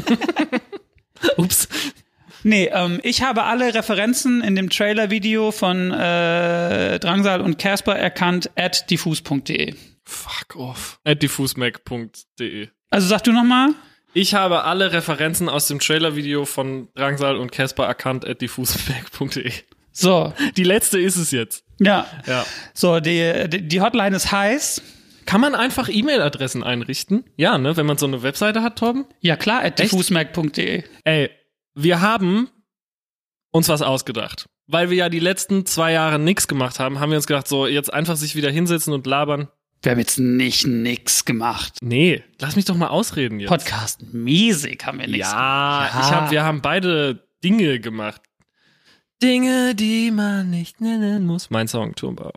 Ups. Nee, ähm, ich habe alle Referenzen in dem Trailer-Video von äh, Drangsal und Casper erkannt at diffus punkt de. Fuck off. at diffusmac punkt de. Also sag du nochmal. Ich habe alle Referenzen aus dem Trailer-Video von Drangsal und Casper erkannt at diffusmac punkt de. So. Die letzte ist es jetzt. Ja. Ja. So, die, die, die Hotline ist heiß. Kann man einfach E-Mail-Adressen einrichten? Ja, ne? Wenn man so eine Webseite hat, Torben? Ja, klar, at diffusmerk punkt de. Ey, wir haben uns was ausgedacht. Weil wir ja die letzten zwei Jahre nichts gemacht haben, haben wir uns gedacht, so, jetzt einfach sich wieder hinsetzen und labern. Wir haben jetzt nicht nix gemacht. Nee, lass mich doch mal ausreden jetzt. Podcast Music haben wir nichts ja, gemacht. Ich hab, wir haben beide Dinge gemacht. Dinge, die man nicht nennen muss. Mein Song, Turmbau.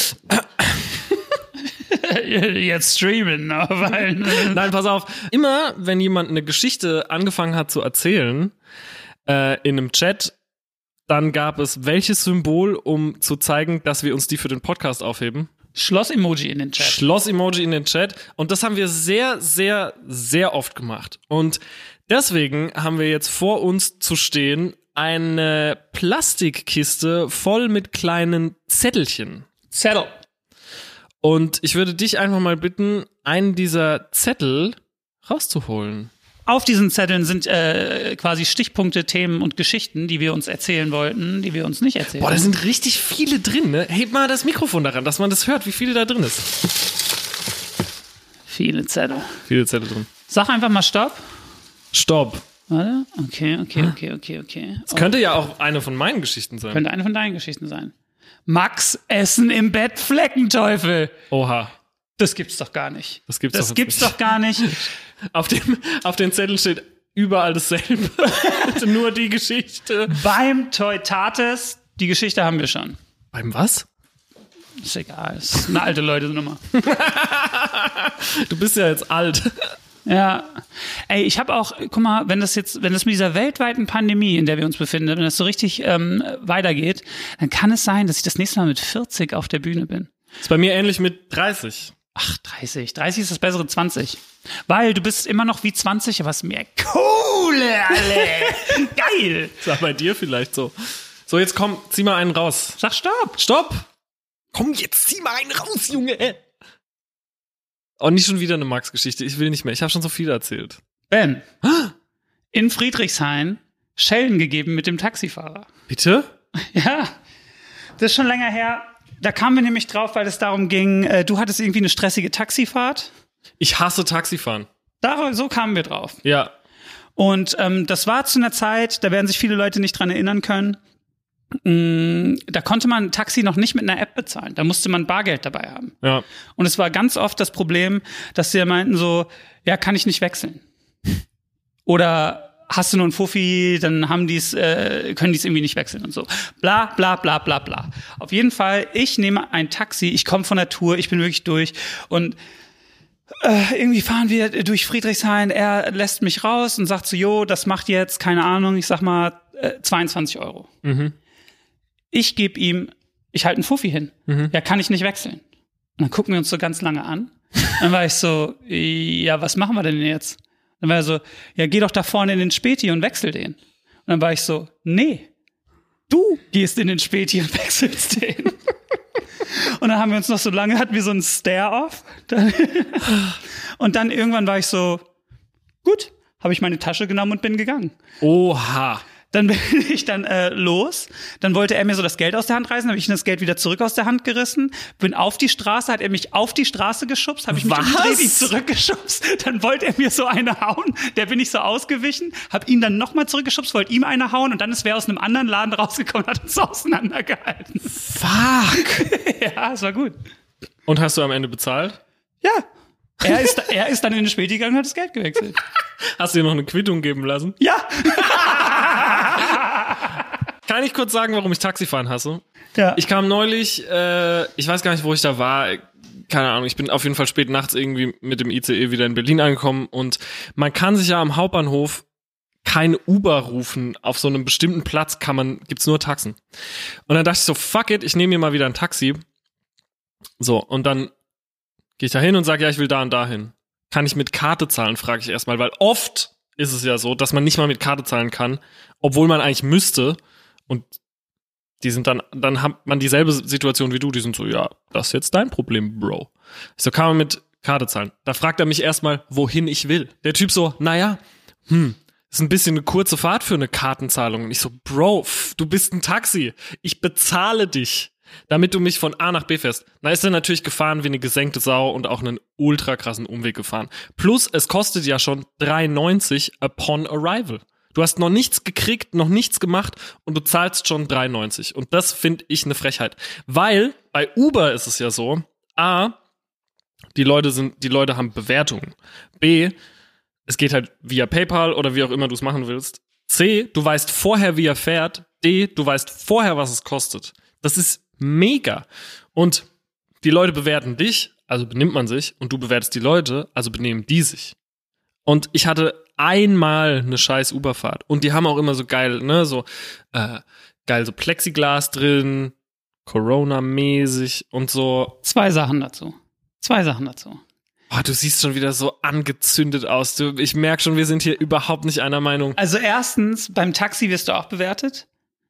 Jetzt streamen, weil. Nein, pass auf. Immer, wenn jemand eine Geschichte angefangen hat zu erzählen, äh, in einem Chat, dann gab es welches Symbol, um zu zeigen, dass wir uns die für den Podcast aufheben? Schloss-Emoji in den Chat. Schloss-Emoji in den Chat. Und das haben wir sehr, sehr, sehr oft gemacht. Und deswegen haben wir jetzt vor uns zu stehen eine Plastikkiste voll mit kleinen Zettelchen. Zettel. Und ich würde dich einfach mal bitten, einen dieser Zettel rauszuholen. Auf diesen Zetteln sind äh, quasi Stichpunkte, Themen und Geschichten, die wir uns erzählen wollten, die wir uns nicht erzählen. Boah, da sind richtig viele drin, ne? Heb mal das Mikrofon daran, dass man das hört, wie viele da drin ist. Viele Zettel. Viele Zettel drin. Sag einfach mal Stopp. Stopp. Warte. Okay, okay, okay, okay, okay. Das könnte ja auch eine von meinen Geschichten sein. Könnte eine von deinen Geschichten sein. Max Essen im Bett, Fleckenteufel. Oha. Das gibt's doch gar nicht. Das gibt's, das doch, gibt's nicht. doch gar nicht. Auf dem, auf den Zetteln steht überall dasselbe. Nur die Geschichte. Beim Teutates, die Geschichte haben wir schon. Beim was? Ist egal, ist eine alte Leute-Nummer. Du bist ja jetzt alt. Ja. Ey, ich habe auch, guck mal, wenn das jetzt, wenn das mit dieser weltweiten Pandemie, in der wir uns befinden, wenn das so richtig ähm, weitergeht, dann kann es sein, dass ich das nächste Mal mit vierzig auf der Bühne bin. Ist bei mir ähnlich mit dreißig. Ach, dreißig. dreißig ist das bessere zwanzig. Weil du bist immer noch wie zwanzig, aber es ist mehr Kohle, alle. Geil. Ist auch bei dir vielleicht so. So, jetzt komm, zieh mal einen raus. Sag Stopp. Stopp. Komm, jetzt zieh mal einen raus, Junge. Oh, nicht schon wieder eine Max-Geschichte. Ich will nicht mehr. Ich habe schon so viel erzählt. Ben. In Friedrichshain Schellen gegeben mit dem Taxifahrer. Bitte? Ja. Das ist schon länger her. Da kamen wir nämlich drauf, weil es darum ging, äh, du hattest irgendwie eine stressige Taxifahrt. Ich hasse Taxifahren. Da, so kamen wir drauf. Ja. Und ähm, das war zu einer Zeit, da werden sich viele Leute nicht dran erinnern können, mh, da konnte man ein Taxi noch nicht mit einer App bezahlen. Da musste man Bargeld dabei haben. Ja. Und es war ganz oft das Problem, dass sie meinten so, ja, kann ich nicht wechseln. Oder hast du nur einen Fuffi, dann haben die's, äh, können die es irgendwie nicht wechseln und so. Bla, bla, bla, bla, bla. Auf jeden Fall, ich nehme ein Taxi, ich komme von der Tour, ich bin wirklich durch und äh, irgendwie fahren wir durch Friedrichshain, er lässt mich raus und sagt so, jo, das macht jetzt, keine Ahnung, ich sag mal, äh, zweiundzwanzig Euro. Mhm. Ich gebe ihm, ich halte einen Fuffi hin. Mhm. Ja, kann ich nicht wechseln. Und dann gucken wir uns so ganz lange an. Dann war ich so, ja, was machen wir denn jetzt? Dann war er so, ja, geh doch da vorne in den Späti und wechsel den. Und dann war ich so, nee, du gehst in den Späti und wechselst den. Und dann haben wir uns noch so lange, hatten wir so einen Stare-Off. Und dann irgendwann war ich so, gut, habe ich meine Tasche genommen und bin gegangen. Oha. Dann bin ich dann äh, los. Dann wollte er mir so das Geld aus der Hand reißen, habe ich ihm das Geld wieder zurück aus der Hand gerissen. Bin auf die Straße, hat er mich auf die Straße geschubst, habe ich mich umgedreht, ihn zurückgeschubst. Dann wollte er mir so eine hauen. Der bin ich so ausgewichen, habe ihn dann nochmal zurückgeschubst, wollte ihm eine hauen und dann ist wer aus einem anderen Laden rausgekommen und hat uns so auseinandergehalten. Fuck. Ja, es war gut. Und hast du am Ende bezahlt? Ja. Er ist, er ist dann in den Späti gegangen und hat das Geld gewechselt. Hast du dir noch eine Quittung geben lassen? Ja. Kann ich kurz sagen, warum ich Taxifahren hasse? Ja. Ich kam neulich, äh, ich weiß gar nicht, wo ich da war, keine Ahnung, ich bin auf jeden Fall spät nachts irgendwie mit dem I C E wieder in Berlin angekommen und man kann sich ja am Hauptbahnhof kein Uber rufen. Auf so einem bestimmten Platz kann man, gibt's nur Taxen. Und dann dachte ich so, fuck it, ich nehme mir mal wieder ein Taxi. So, und dann gehe ich da hin und sage, ja, ich will da und da hin. Kann ich mit Karte zahlen, frage ich erstmal, weil oft ist es ja so, dass man nicht mal mit Karte zahlen kann, obwohl man eigentlich müsste. Und die sind dann, dann hat man dieselbe Situation wie du, die sind so, ja, das ist jetzt dein Problem, Bro. Ich so, kann man mit Karte zahlen. Da fragt er mich erstmal, wohin ich will. Der Typ so, naja, hm, ist ein bisschen eine kurze Fahrt für eine Kartenzahlung. Und ich so, Bro, pff, du bist ein Taxi. Ich bezahle dich, damit du mich von A nach B fährst. Na, ist er natürlich gefahren wie eine gesenkte Sau und auch einen ultra krassen Umweg gefahren. Plus, es kostet ja schon drei neunzig upon arrival. Du hast noch nichts gekriegt, noch nichts gemacht und du zahlst schon drei neunzig. Und das finde ich eine Frechheit. Weil bei Uber ist es ja so, A, die Leute sind, die Leute haben Bewertungen. B, es geht halt via PayPal oder wie auch immer du es machen willst. C, du weißt vorher, wie er fährt. D, du weißt vorher, was es kostet. Das ist mega. Und die Leute bewerten dich, also benimmt man sich. Und du bewertest die Leute, also benehmen die sich. Und ich hatte einmal eine scheiß Uberfahrt. Und die haben auch immer so geil, ne, so äh, geil so Plexiglas drin, Corona-mäßig und so. Zwei Sachen dazu. Zwei Sachen dazu. Oh, du siehst schon wieder so angezündet aus. Du, ich merke schon, wir sind hier überhaupt nicht einer Meinung. Also erstens, beim Taxi wirst du auch bewertet.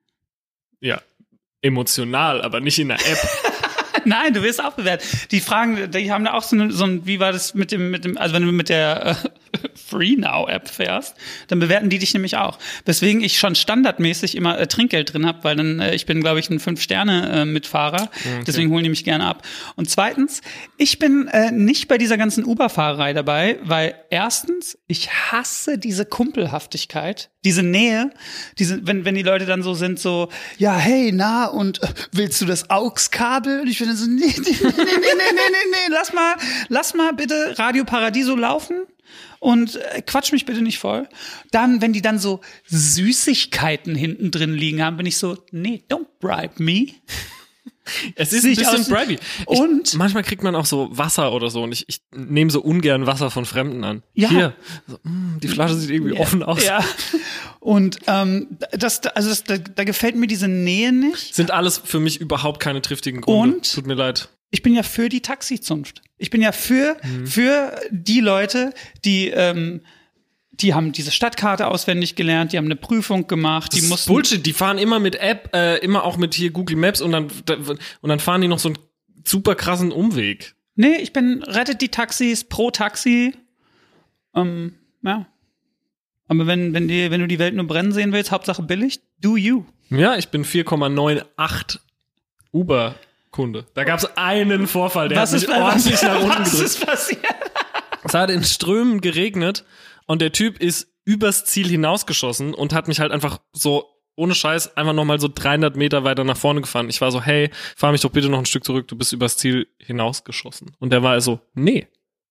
Ja, emotional, aber nicht in der App. Nein, du wirst auch bewertet. Die fragen, die haben da auch so ein, so ein wie war das mit dem, mit dem, also wenn du mit der äh, Free Now App fährst, dann bewerten die dich nämlich auch. Weswegen ich schon standardmäßig immer äh, Trinkgeld drin habe, weil dann, äh, ich bin, glaube ich, ein Fünf-Sterne-Mitfahrer. Okay. Deswegen holen die mich gerne ab. Und zweitens, ich bin äh, nicht bei dieser ganzen Uber-Fahrerei dabei, weil erstens, ich hasse diese Kumpelhaftigkeit, diese Nähe, diese, wenn, wenn die Leute dann so sind, so, ja, hey, na, und äh, willst du das A U X-Kabel? Und ich finde so, nee, nee, nee, nee, nee, nee, nee, nee, lass mal, lass mal bitte Radio Paradiso laufen und äh, quatsch mich bitte nicht voll. Dann, wenn die dann so Süßigkeiten hinten drin liegen haben, bin ich so, nee, don't bribe me. Es ist ein bisschen bribey. Und manchmal kriegt man auch so Wasser oder so und ich, ich nehme so ungern Wasser von Fremden an. Ja. Hier, so, mh, die Flasche sieht irgendwie ja, offen aus. Ja. Und ähm, das, also das, da, da gefällt mir diese Nähe nicht. Sind alles für mich überhaupt keine triftigen Gründe. Und tut mir leid. Ich bin ja für die Taxizunft. Ich bin ja für mhm. für die Leute, die ähm, die haben diese Stadtkarte auswendig gelernt, die haben eine Prüfung gemacht, das die mussten ist Bullshit, die fahren immer mit App, äh, immer auch mit hier Google Maps und dann und dann fahren die noch so einen super krassen Umweg. Nee, ich bin rettet die Taxis pro Taxi. Ähm, ja. Aber wenn wenn die wenn du die Welt nur brennen sehen willst, Hauptsache billig, do you. Ja, ich bin vier Komma neunundachtzig Uber Kunde. Da gab es einen Vorfall, der was hat ist, mich ordentlich was, nach unten was gedrückt. ist passiert? Es hat in Strömen geregnet und der Typ ist übers Ziel hinausgeschossen und hat mich halt einfach so, ohne Scheiß, einfach nochmal so dreihundert Meter weiter nach vorne gefahren. Ich war so, hey, fahr mich doch bitte noch ein Stück zurück, du bist übers Ziel hinausgeschossen. Und der war also, nee.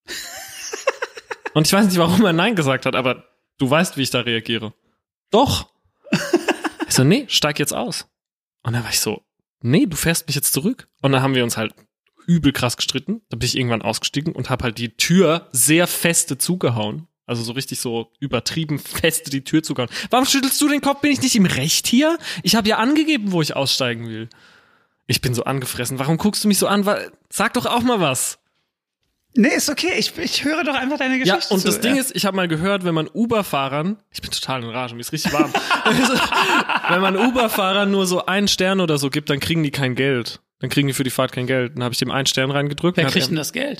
Und ich weiß nicht, warum er Nein gesagt hat, aber du weißt, wie ich da reagiere. Doch. Ich so, nee, steig jetzt aus. Und dann war ich so, nee, du fährst mich jetzt zurück. Und dann haben wir uns halt übel krass gestritten. Da bin ich irgendwann ausgestiegen und habe halt die Tür sehr feste zugehauen. Also so richtig so übertrieben feste die Tür zugehauen. Warum schüttelst du den Kopf? Bin ich nicht im Recht hier? Ich habe ja angegeben, wo ich aussteigen will. Ich bin so angefressen. Warum guckst du mich so an? Sag doch auch mal was. Nee, ist okay. Ich, ich höre doch einfach deine Geschichte. Ja, und zu. das Ding ja. ist, ich habe mal gehört, wenn man Uber-Fahrern, ich bin total in Rage, mir ist richtig warm. Wenn man Uber-Fahrern nur so einen Stern oder so gibt, dann kriegen die kein Geld. Dann kriegen die für die Fahrt kein Geld. Dann habe ich dem einen Stern reingedrückt. Wer kriegt denn das Geld?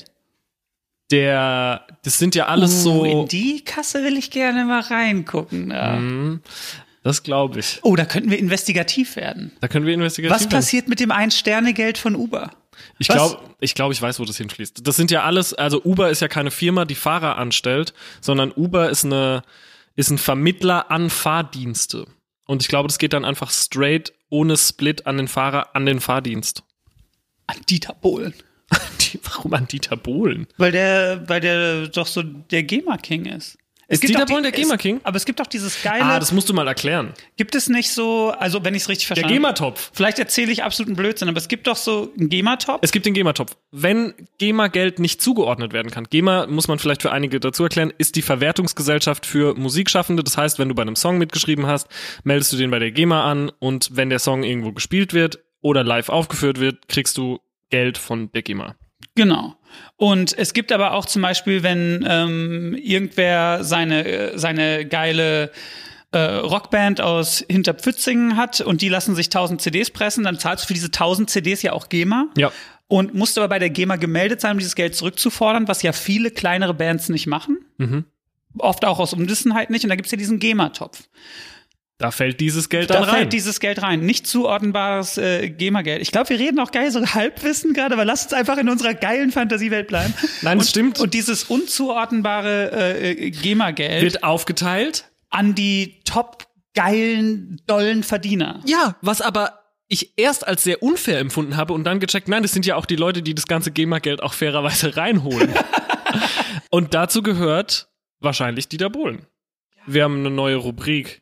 Der, das sind ja alles uh, so. In die Kasse will ich gerne mal reingucken. Ja. Mm, das glaube ich. Oh, da könnten wir investigativ werden. Da können wir investigativ Was werden. passiert mit dem Ein-Sterne-Geld von Uber? Ich glaube, ich glaube, ich weiß, wo das hinschließt. Das sind ja alles, also Uber ist ja keine Firma, die Fahrer anstellt, sondern Uber ist eine, ist ein Vermittler an Fahrdienste. Und ich glaube, das geht dann einfach straight, ohne Split an den Fahrer, an den Fahrdienst. An Dieter Bohlen. Warum an Dieter Bohlen? Weil der, weil der doch so der GEMA-King ist. Es Ist Dieter Bohlen die, der GEMA-King? Aber es gibt doch dieses geile. Ah, das musst du mal erklären. Gibt es nicht so, also wenn ich es richtig verstanden Der habe. GEMA-Topf. Vielleicht erzähle ich absoluten Blödsinn, aber es gibt doch so einen GEMA-Topf. Es gibt den GEMA-Topf. Wenn GEMA-Geld nicht zugeordnet werden kann, GEMA, muss man vielleicht für einige dazu erklären, ist die Verwertungsgesellschaft für Musikschaffende. Das heißt, wenn du bei einem Song mitgeschrieben hast, meldest du den bei der GEMA an und wenn der Song irgendwo gespielt wird oder live aufgeführt wird, kriegst du Geld von der GEMA. Genau. Und es gibt aber auch zum Beispiel, wenn ähm, irgendwer seine seine geile äh, Rockband aus Hinterpfützingen hat und die lassen sich tausend C Ds pressen, dann zahlst du für diese tausend C Ds ja auch GEMA. Ja. Und musst aber bei der GEMA gemeldet sein, um dieses Geld zurückzufordern, was ja viele kleinere Bands nicht machen. Mhm. oft auch aus Unwissenheit nicht. Und da gibt's ja diesen GEMA-Topf. Da fällt dieses Geld dann Da rein. fällt dieses Geld rein. Nicht zuordnenbares äh, GEMA-Geld. Ich glaube, wir reden auch geil so Halbwissen gerade, aber lasst uns einfach in unserer geilen Fantasiewelt bleiben. Nein, das und, stimmt. Und dieses unzuordnenbare äh, GEMA-Geld Wird aufgeteilt. an die top geilen, dollen Verdiener. Ja, was aber ich erst als sehr unfair empfunden habe und dann gecheckt, nein, das sind ja auch die Leute, die das ganze GEMA-Geld auch fairerweise reinholen. Und dazu gehört wahrscheinlich Dieter Bohlen. Wir haben eine neue Rubrik.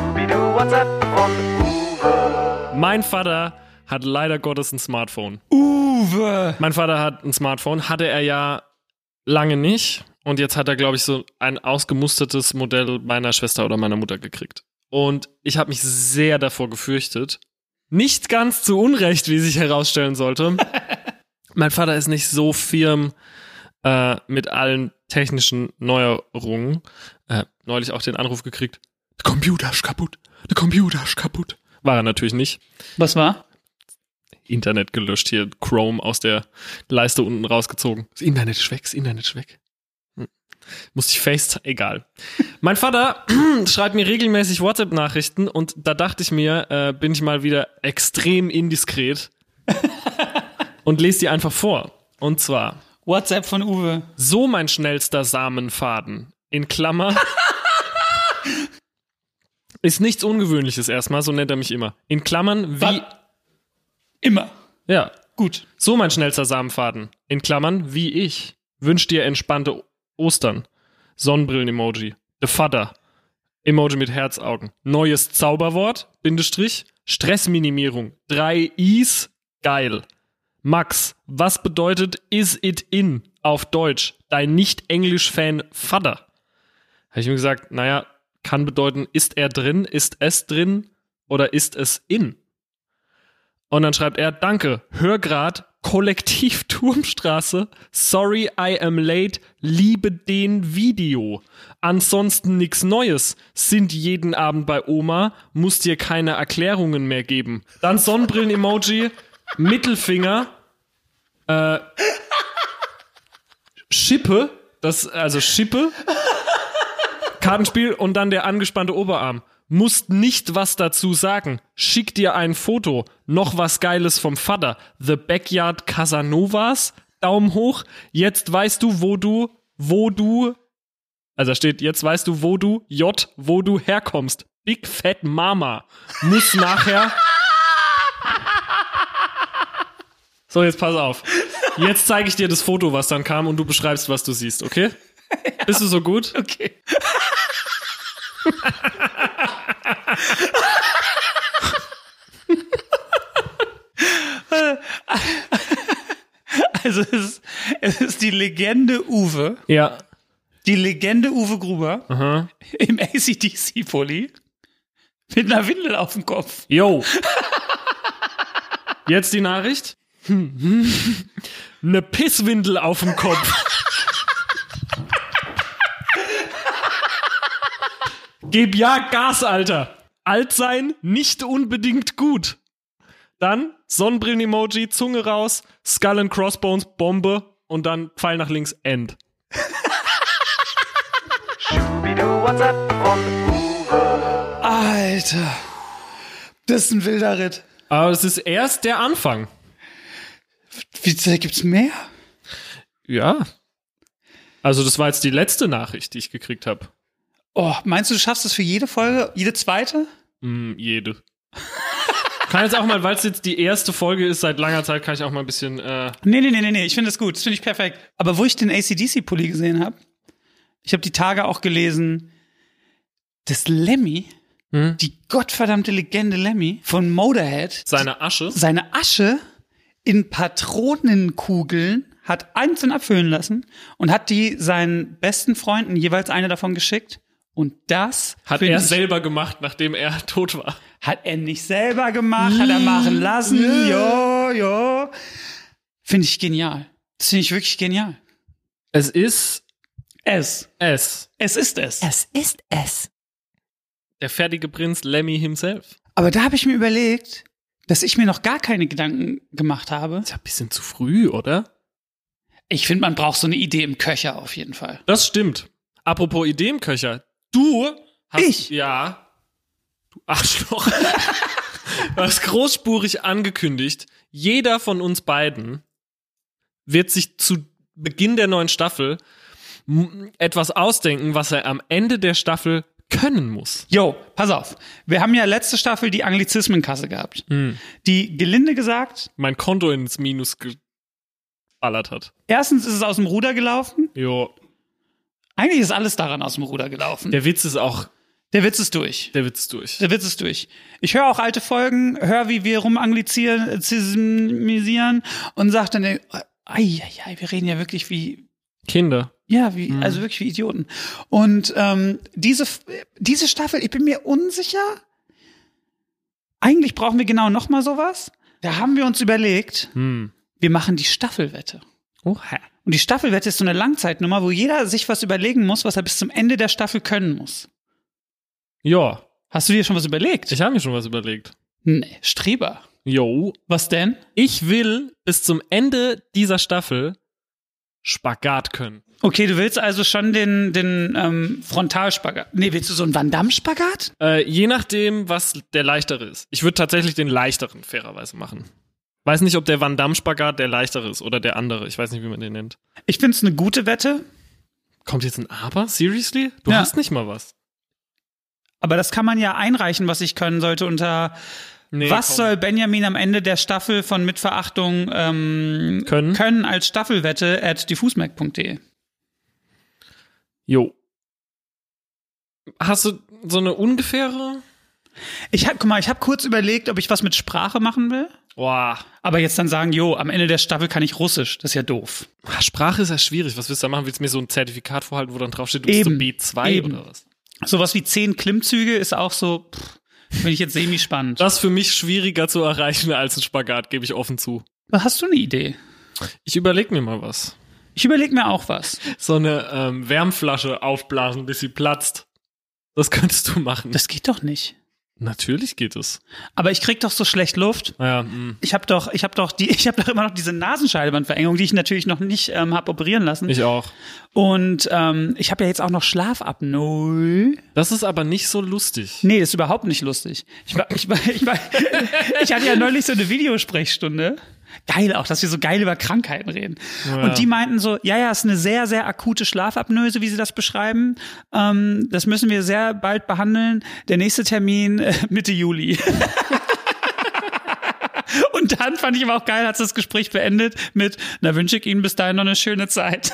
Mein Vater hat leider Gottes ein Smartphone. Uwe! Mein Vater hat ein Smartphone, hatte er ja lange nicht. Und jetzt hat er, glaube ich, so ein ausgemustertes Modell meiner Schwester oder meiner Mutter gekriegt. Und ich habe mich sehr davor gefürchtet. Nicht ganz zu Unrecht, wie sich herausstellen sollte. Mein Vater ist nicht so firm äh, mit allen technischen Neuerungen. Äh, neulich auch den Anruf gekriegt, der Computer ist kaputt, der Computer ist kaputt. War er natürlich nicht. Was war? Internet gelöscht, hier Chrome aus der Leiste unten rausgezogen. Das Internet ist weg, das Internet ist weg. Hm. Musste ich face, egal. Mein Vater schreibt mir regelmäßig WhatsApp-Nachrichten und da dachte ich mir, äh, bin ich mal wieder extrem indiskret und lese die einfach vor. Und zwar WhatsApp von Uwe. So mein schnellster Samenfaden. In Klammer. Ist nichts Ungewöhnliches erstmal, so nennt er mich immer. In Klammern wie... War immer. Ja. Gut. So mein schnellster Samenfaden. In Klammern wie ich. Wünsch dir entspannte Ostern. Sonnenbrillen-Emoji. The Vater. Emoji mit Herzaugen. Neues Zauberwort. Bindestrich. Stressminimierung. Drei Is. Geil. Max, was bedeutet is it in auf Deutsch? Dein Nicht-Englisch-Fan Vater. Habe ich mir gesagt, naja, kann bedeuten, ist er drin, ist es drin oder ist es in? Und dann schreibt er, danke, Hörgrad, Kollektiv Turmstraße, sorry I am late, liebe den Video. Ansonsten nix Neues, sind jeden Abend bei Oma, muss dir keine Erklärungen mehr geben. Dann Sonnenbrillen-Emoji, Mittelfinger, äh, Schippe, das, also Schippe, Kartenspiel und dann der angespannte Oberarm. Musst nicht was dazu sagen. Schick dir ein Foto. Noch was Geiles vom Vater. The Backyard Casanovas. Daumen hoch. Jetzt weißt du, wo du, wo du, also da steht, jetzt weißt du, wo du, J, wo du herkommst. Big Fat Mama. Muss nachher... So, jetzt pass auf. Jetzt zeige ich dir das Foto, was dann kam und du beschreibst, was du siehst, okay? Ja. Bist du so gut? Okay. Also es ist, es ist die Legende Uwe. Ja. Die Legende Uwe Gruber. Aha. Im A C D C-Pulli. Mit einer Windel auf dem Kopf. Yo. Jetzt die Nachricht. Eine Pisswindel auf dem Kopf. Gib ja Gas, Alter. Alt sein, nicht unbedingt gut. Dann Sonnenbrillen-Emoji, Zunge raus, Skull and Crossbones, Bombe und dann Pfeil nach links, End. Alter. Das ist ein wilder Ritt. Aber es ist erst der Anfang. Wie, gibt's mehr? Ja. Also das war jetzt die letzte Nachricht, die ich gekriegt habe. Oh, meinst du, du schaffst es für jede Folge, jede zweite? Mm, jede. Kann jetzt auch mal, weil es jetzt die erste Folge ist seit langer Zeit, kann ich auch mal ein bisschen... Äh nee, nee, nee, nee, nee, ich finde das gut, das finde ich perfekt. Aber wo ich den A C D C-Pulli gesehen habe, ich habe die Tage auch gelesen, dass Lemmy, hm? die gottverdammte Legende Lemmy von Motorhead, seine Asche, seine Asche in Patronenkugeln hat einzeln abfüllen lassen und hat die seinen besten Freunden jeweils eine davon geschickt. Und das hat er selber gemacht, nachdem er tot war. Hat er nicht selber gemacht, hat er machen lassen. Jo, jo. Finde ich genial. Das finde ich wirklich genial. Es ist es. Es. Es ist es. Es ist es. Der fertige Prinz Lemmy himself. Aber da habe ich mir überlegt, dass ich mir noch gar keine Gedanken gemacht habe. Ist ja ein bisschen zu früh, oder? Ich finde, man braucht so eine Idee im Köcher auf jeden Fall. Das stimmt. Apropos Ideenköcher. Du hast... Ich? Ja. Du Arschloch. Du hast großspurig angekündigt, jeder von uns beiden wird sich zu Beginn der neuen Staffel m- etwas ausdenken, was er am Ende der Staffel können muss. Jo, pass auf. Wir haben ja letzte Staffel die Anglizismenkasse gehabt, Hm. die gelinde gesagt, Mein Konto ins Minus geballert hat. erstens ist es aus dem Ruder gelaufen. Jo. Eigentlich ist alles daran aus dem Ruder gelaufen. Der Witz ist auch, Der Witz ist durch. der Witz durch. Der Witz ist durch. Ich höre auch alte Folgen, höre, wie wir rumanglizisieren und sage dann, ei, ei, ei, wir reden ja wirklich wie, Kinder. ja, wie, also wirklich wie Idioten. Und ähm, diese, diese Staffel, ich bin mir unsicher. Eigentlich brauchen wir genau noch mal sowas. Da haben wir uns überlegt, Hm. wir machen die Staffelwette. Oha. Und die Staffelwette ist so eine Langzeitnummer, wo jeder sich was überlegen muss, was er bis zum Ende der Staffel können muss. Ja, Hast du dir schon was überlegt? ich habe mir schon was überlegt. Nee, Streber. Jo. Was denn? Ich will bis zum Ende dieser Staffel Spagat können. Okay, du willst also schon den, den ähm, Frontalspagat. Nee, willst du so einen Van Damme-Spagat? Äh, je nachdem, was der leichtere ist. Ich würde tatsächlich den leichteren fairerweise machen. Weiß nicht, ob der Van Damme-Spagat der leichtere ist oder der andere. Ich weiß nicht, wie man den nennt. Ich find's eine gute Wette, Kommt jetzt ein Aber? Seriously? Du Ja. hast nicht mal was. aber das kann man ja einreichen, was ich können sollte unter Nee, was komm. soll Benjamin am Ende der Staffel von Mitverachtung ähm, Können? können als Staffelwette at diffusmac punkt de. Jo. Hast du so eine ungefähre? Ich hab, guck mal, ich habe kurz überlegt, ob ich was mit Sprache machen will. Boah. Aber jetzt dann sagen, jo, am Ende der Staffel kann ich Russisch. Das ist ja doof. Sprache ist ja schwierig. Was willst du da machen? Willst du mir so ein Zertifikat vorhalten, wo dann draufsteht, du bist so Eben. B zwei Eben. oder was? Sowas wie zehn Klimmzüge ist auch so, pff, finde ich jetzt semi-spannend. Das ist für mich schwieriger zu erreichen als ein Spagat, gebe ich offen zu. Hast du eine Idee? Ich überleg mir mal was. Ich überlege mir auch was. So eine ähm, Wärmflasche aufblasen, bis sie platzt. Das könntest du machen. Das geht doch nicht. Natürlich geht es. Aber ich krieg doch so schlecht Luft. Naja, mh. Ich habe doch, ich habe doch die, ich habe doch immer noch diese Nasenscheidewandverengung, die ich natürlich noch nicht ähm, habe operieren lassen. Ich auch. Und ähm, ich habe ja jetzt auch noch Schlafapnoe. Das ist aber nicht so lustig. Nee, das ist überhaupt nicht lustig. Ich war, ich war, ich war, ich hatte ja neulich so eine Videosprechstunde. Geil auch, dass wir so geil über Krankheiten reden. Ja. Und die meinten so, ja, ja, ist eine sehr, sehr akute Schlafapnoe, wie sie das beschreiben. Ähm, das müssen wir sehr bald behandeln. Der nächste Termin äh, Mitte Juli. Und dann fand ich aber auch geil, hat das Gespräch beendet mit, na, wünsche ich Ihnen bis dahin noch eine schöne Zeit.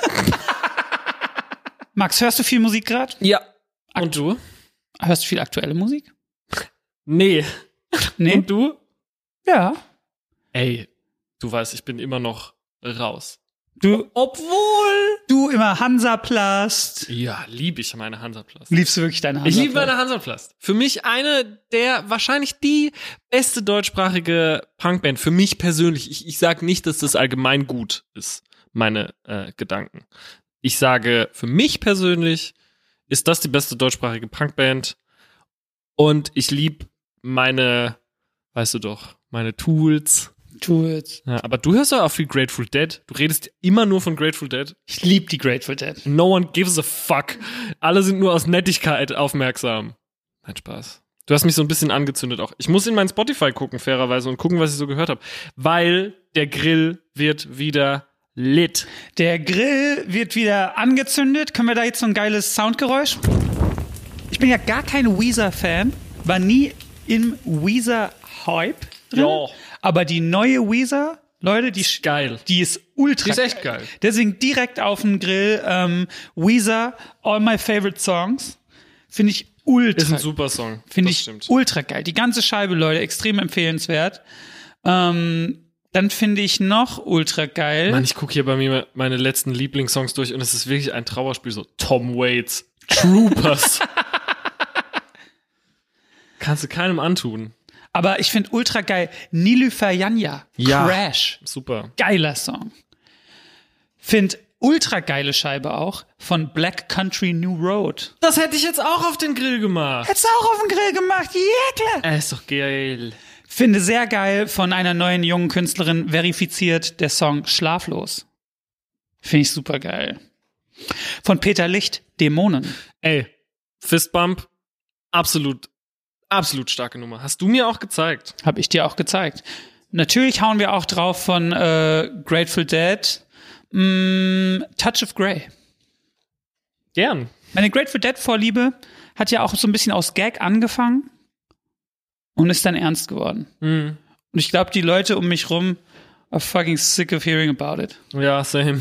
Max, hörst du viel Musik gerade? Ja. Und du? Hörst du viel aktuelle Musik? Nee. Nee? Und du? Ja. Ey, du weißt, ich bin immer noch raus. Du, Obwohl. du immer Hansaplast. Ja, liebe ich meine Hansaplast. Liebst du wirklich deine Ich Hansaplast? liebe meine Hansaplast. Für mich eine der, wahrscheinlich die beste deutschsprachige Punkband. Für mich persönlich. Ich, ich sage nicht, dass das allgemein gut ist, meine äh, Gedanken. Ich sage, für mich persönlich ist das die beste deutschsprachige Punkband. Und ich liebe meine, weißt du doch, meine Tools. Tools. Ja, aber du hörst doch auch viel Grateful Dead. Du redest immer nur von Grateful Dead. Ich liebe die Grateful Dead. No one gives a fuck. Alle sind nur aus Nettigkeit aufmerksam. Nein, Spaß. Du hast mich so ein bisschen angezündet auch. Ich muss in mein Spotify gucken, fairerweise, und gucken, was ich so gehört habe. Weil der Grill wird wieder lit. Der Grill wird wieder angezündet. Können wir da jetzt so ein geiles Soundgeräusch? Ich bin ja gar kein Weezer-Fan. War nie im Weezer-Hype drin. Ja. Aber die neue Weezer, Leute, die ist geil. Die ist ultra Die ist echt geil. Der singt direkt auf dem Grill. Ähm, Weezer, All My Favorite Songs. Finde ich ultra. Ist ein super Song. Finde Das ich stimmt. ultra geil. Die ganze Scheibe, Leute, extrem empfehlenswert. Ähm, dann finde ich noch ultra geil. Mann, ich gucke hier bei mir meine letzten Lieblingssongs durch und es ist wirklich ein Trauerspiel. So Tom Waits, Troopers. Kannst du keinem antun. Aber ich finde ultra geil. Nilüfer Janja. Ja. Crash. Super. Geiler Song. Find ultra geile Scheibe auch von Black Country New Road. Das hätte ich jetzt auch auf den Grill gemacht. Hättest du auch auf dem Grill gemacht? Ja, klar. Äh, ist doch geil. Finde sehr geil von einer neuen jungen Künstlerin verifiziert der Song Schlaflos. Finde ich super geil. Von Peter Licht, Dämonen. Ey, Fistbump, absolut, absolut starke Nummer. Hast du mir auch gezeigt. Hab ich dir auch gezeigt. Natürlich hauen wir auch drauf von äh, Grateful Dead. Mm, Touch of Grey. Gern. Meine Grateful Dead-Vorliebe hat ja auch so ein bisschen aus Gag angefangen und ist dann ernst geworden. Mhm. Und ich glaube, die Leute um mich rum are fucking sick of hearing about it. Ja, same.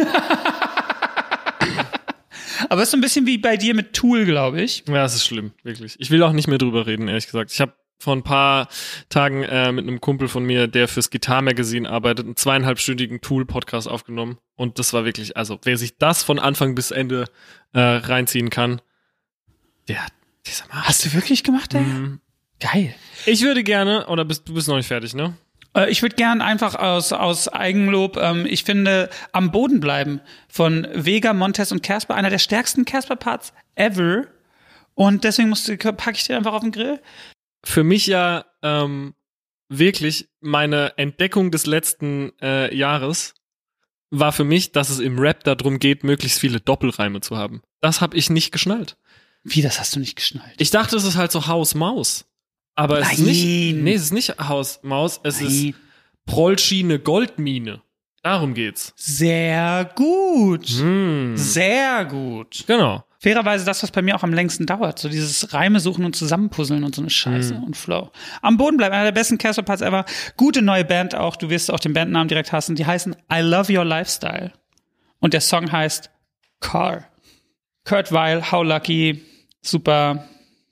Aber es ist so ein bisschen wie bei dir mit Tool, glaube ich. Ja, es ist schlimm, wirklich. Ich will auch nicht mehr drüber reden, ehrlich gesagt. Ich habe vor ein paar Tagen äh, mit einem Kumpel von mir, der fürs Guitar Magazine arbeitet, einen zweieinhalbstündigen Tool-Podcast aufgenommen. Und das war wirklich, also wer sich das von Anfang bis Ende äh, reinziehen kann, der, dieser Mann. Hast du wirklich gemacht, ey? Mhm. Geil. Ich würde gerne, oder bist du bist noch nicht fertig, ne? Äh, ich würde gern einfach aus, aus Eigenlob, ähm, ich finde, am Boden bleiben von Vega, Montez und Casper, einer der stärksten Casper-Parts ever. Und deswegen musste, packe ich den einfach auf den Grill. Für mich ja ähm, wirklich meine Entdeckung des letzten äh, Jahres war für mich, dass es im Rap darum geht, möglichst viele Doppelreime zu haben. Das habe ich nicht geschnallt. Wie, das hast du nicht geschnallt? Ich dachte, es ist halt so Haus-Maus. Aber es Nein. ist nicht, nee, es ist nicht Haus-Maus, es Nein. ist Prollschiene Goldmine. Darum geht's. Sehr gut. Hm. Sehr gut. Genau. Fairerweise das, was bei mir auch am längsten dauert. So dieses Reime suchen und zusammenpuzzeln und so eine Scheiße Mhm. und Flow. Am Boden bleiben, einer der besten Casper-Parts ever. Gute neue Band auch, du wirst auch den Bandnamen direkt hassen. Die heißen I Love Your Lifestyle. Und der Song heißt Car. Kurt Weil, How Lucky, super.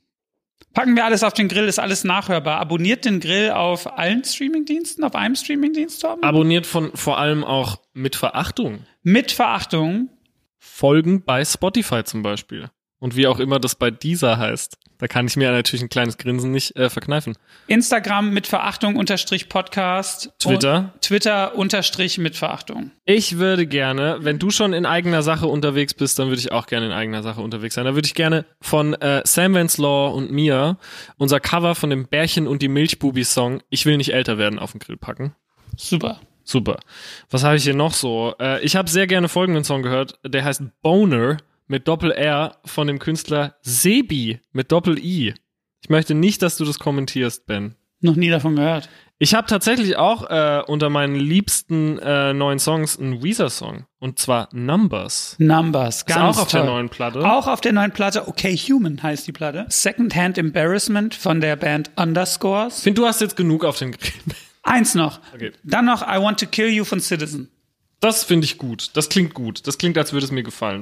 Packen wir alles auf den Grill, ist alles nachhörbar. Abonniert den Grill auf allen Streamingdiensten, auf einem Streamingdienst, Torben? Abonniert von vor allem auch mit Verachtung. Mit Verachtung. Folgen bei Spotify zum Beispiel. Und wie auch immer das bei dieser heißt. Da kann ich mir natürlich ein kleines Grinsen nicht äh, verkneifen. Instagram mit Verachtung unterstrich Podcast. Twitter. Und Twitter unterstrich mit Verachtung. Ich würde gerne, wenn du schon in eigener Sache unterwegs bist, dann würde ich auch gerne in eigener Sache unterwegs sein. Da würde ich gerne von äh, Sam Venslaw und mir unser Cover von dem Bärchen und die Milchbubi-Song Ich will nicht älter werden auf den Grill packen. Super. Super. Was habe ich hier noch so? Äh, ich habe sehr gerne folgenden Song gehört. Der heißt Boner mit Doppel-R von dem Künstler Sebi mit Doppel-I. Ich möchte nicht, dass du das kommentierst, Ben. Noch nie davon gehört. Ich habe tatsächlich auch äh, unter meinen liebsten äh, neuen Songs einen Weezer-Song. Und zwar Numbers. Numbers, ganz Ist auch auf toll. der neuen Platte. Auch auf der neuen Platte. Okay Human heißt die Platte. Secondhand Embarrassment von der Band Underscores. Ich finde, du hast jetzt genug auf den Grill. Eins noch. Okay. Dann noch I Want to Kill You von Citizen. Das finde ich gut. Das klingt gut. Das klingt, als würde es mir gefallen.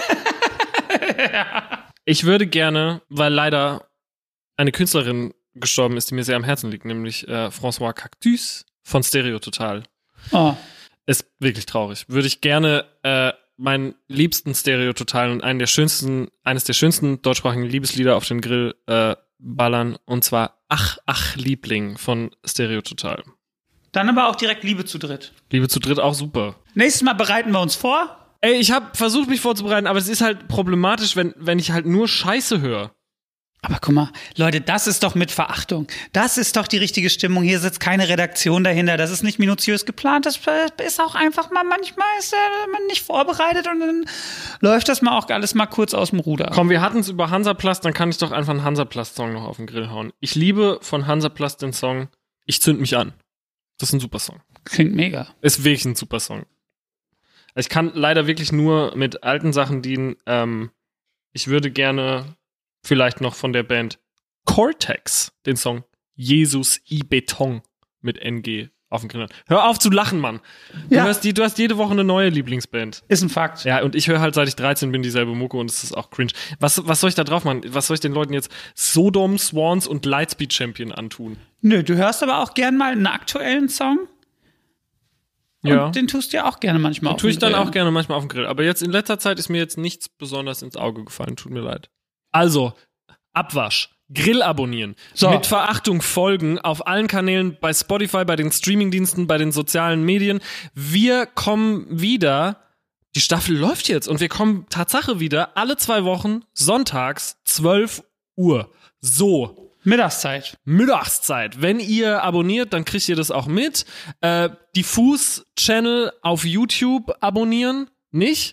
Ich würde gerne, weil leider eine Künstlerin gestorben ist, die mir sehr am Herzen liegt, nämlich äh, François Cactus von Stereo Total. Oh. Ist wirklich traurig. Würde ich gerne äh, meinen liebsten Stereo Total und einen der schönsten, eines der schönsten deutschsprachigen Liebeslieder auf den Grill äh, ballern, und zwar Ach, Ach, Liebling von Stereo Total. Dann aber auch direkt Liebe zu dritt. Liebe zu dritt auch super. Nächstes Mal bereiten wir uns vor. Ey, ich habe versucht, mich vorzubereiten, aber es ist halt problematisch, wenn, wenn ich halt nur Scheiße höre. Aber guck mal, Leute, das ist doch mit Verachtung. Das ist doch die richtige Stimmung. Hier sitzt keine Redaktion dahinter. Das ist nicht minutiös geplant. Das ist auch einfach mal, manchmal ist äh, man nicht vorbereitet und dann läuft das mal auch alles mal kurz aus dem Ruder. Komm, wir hatten es über Hansaplast, dann kann ich doch einfach einen Hansaplast-Song noch auf den Grill hauen. Ich liebe von Hansaplast den Song Ich zünd mich an. Das ist ein super Song. Klingt mega. Ist wirklich ein super Song. Ich kann leider wirklich nur mit alten Sachen dienen. Ähm, ich würde gerne vielleicht noch von der Band Cortex den Song Jesus i Beton mit N G auf den Grill hauen. Hör auf zu lachen, Mann. Du, Ja. hörst die, du hast jede Woche eine neue Lieblingsband. Ist ein Fakt. Ja, und ich höre halt, seit ich dreizehn bin, dieselbe Mucke und es ist auch cringe. Was, was soll ich da drauf machen? Was soll ich den Leuten jetzt Sodom, Swans und Lightspeed Champion antun? Nö, du hörst aber auch gern mal einen aktuellen Song. Und Ja. den tust du ja auch gerne manchmal Den tue ich dann Grill. auch gerne manchmal auf dem Grill. Aber jetzt in letzter Zeit ist mir jetzt nichts besonders ins Auge gefallen. Tut mir leid. Also, Abwasch. Grill abonnieren. So. Mit Verachtung folgen auf allen Kanälen, bei Spotify, bei den Streamingdiensten, bei den sozialen Medien. Wir kommen wieder. Die Staffel läuft jetzt und wir kommen Tatsache wieder alle zwei Wochen sonntags zwölf Uhr. So. Mittagszeit. Mittagszeit. Wenn ihr abonniert, dann kriegt ihr das auch mit. Äh, Diffus-Channel auf YouTube abonnieren. Nicht?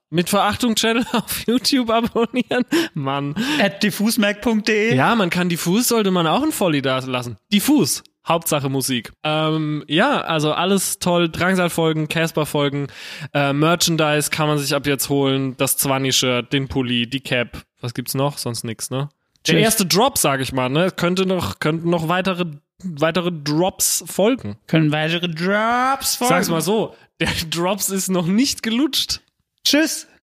Mit Verachtung-Channel auf YouTube abonnieren. Mann. at diffusmac punkt de. Ja, man kann diffus, sollte man auch ein Volli da lassen. Diffus. Hauptsache Musik. Ähm, ja, also alles toll. Drangsal-Folgen, Casper-Folgen, äh, Merchandise kann man sich ab jetzt holen. Das Zwanni-Shirt, den Pulli, die Cap. Was gibt's noch? Sonst nix, ne? Der Tschüss. erste Drop, sag ich mal, ne? Könnte noch, könnten noch weitere, weitere Drops folgen. Können weitere Drops folgen. Sag's mal so. Der Drops ist noch nicht gelutscht. Tschüss.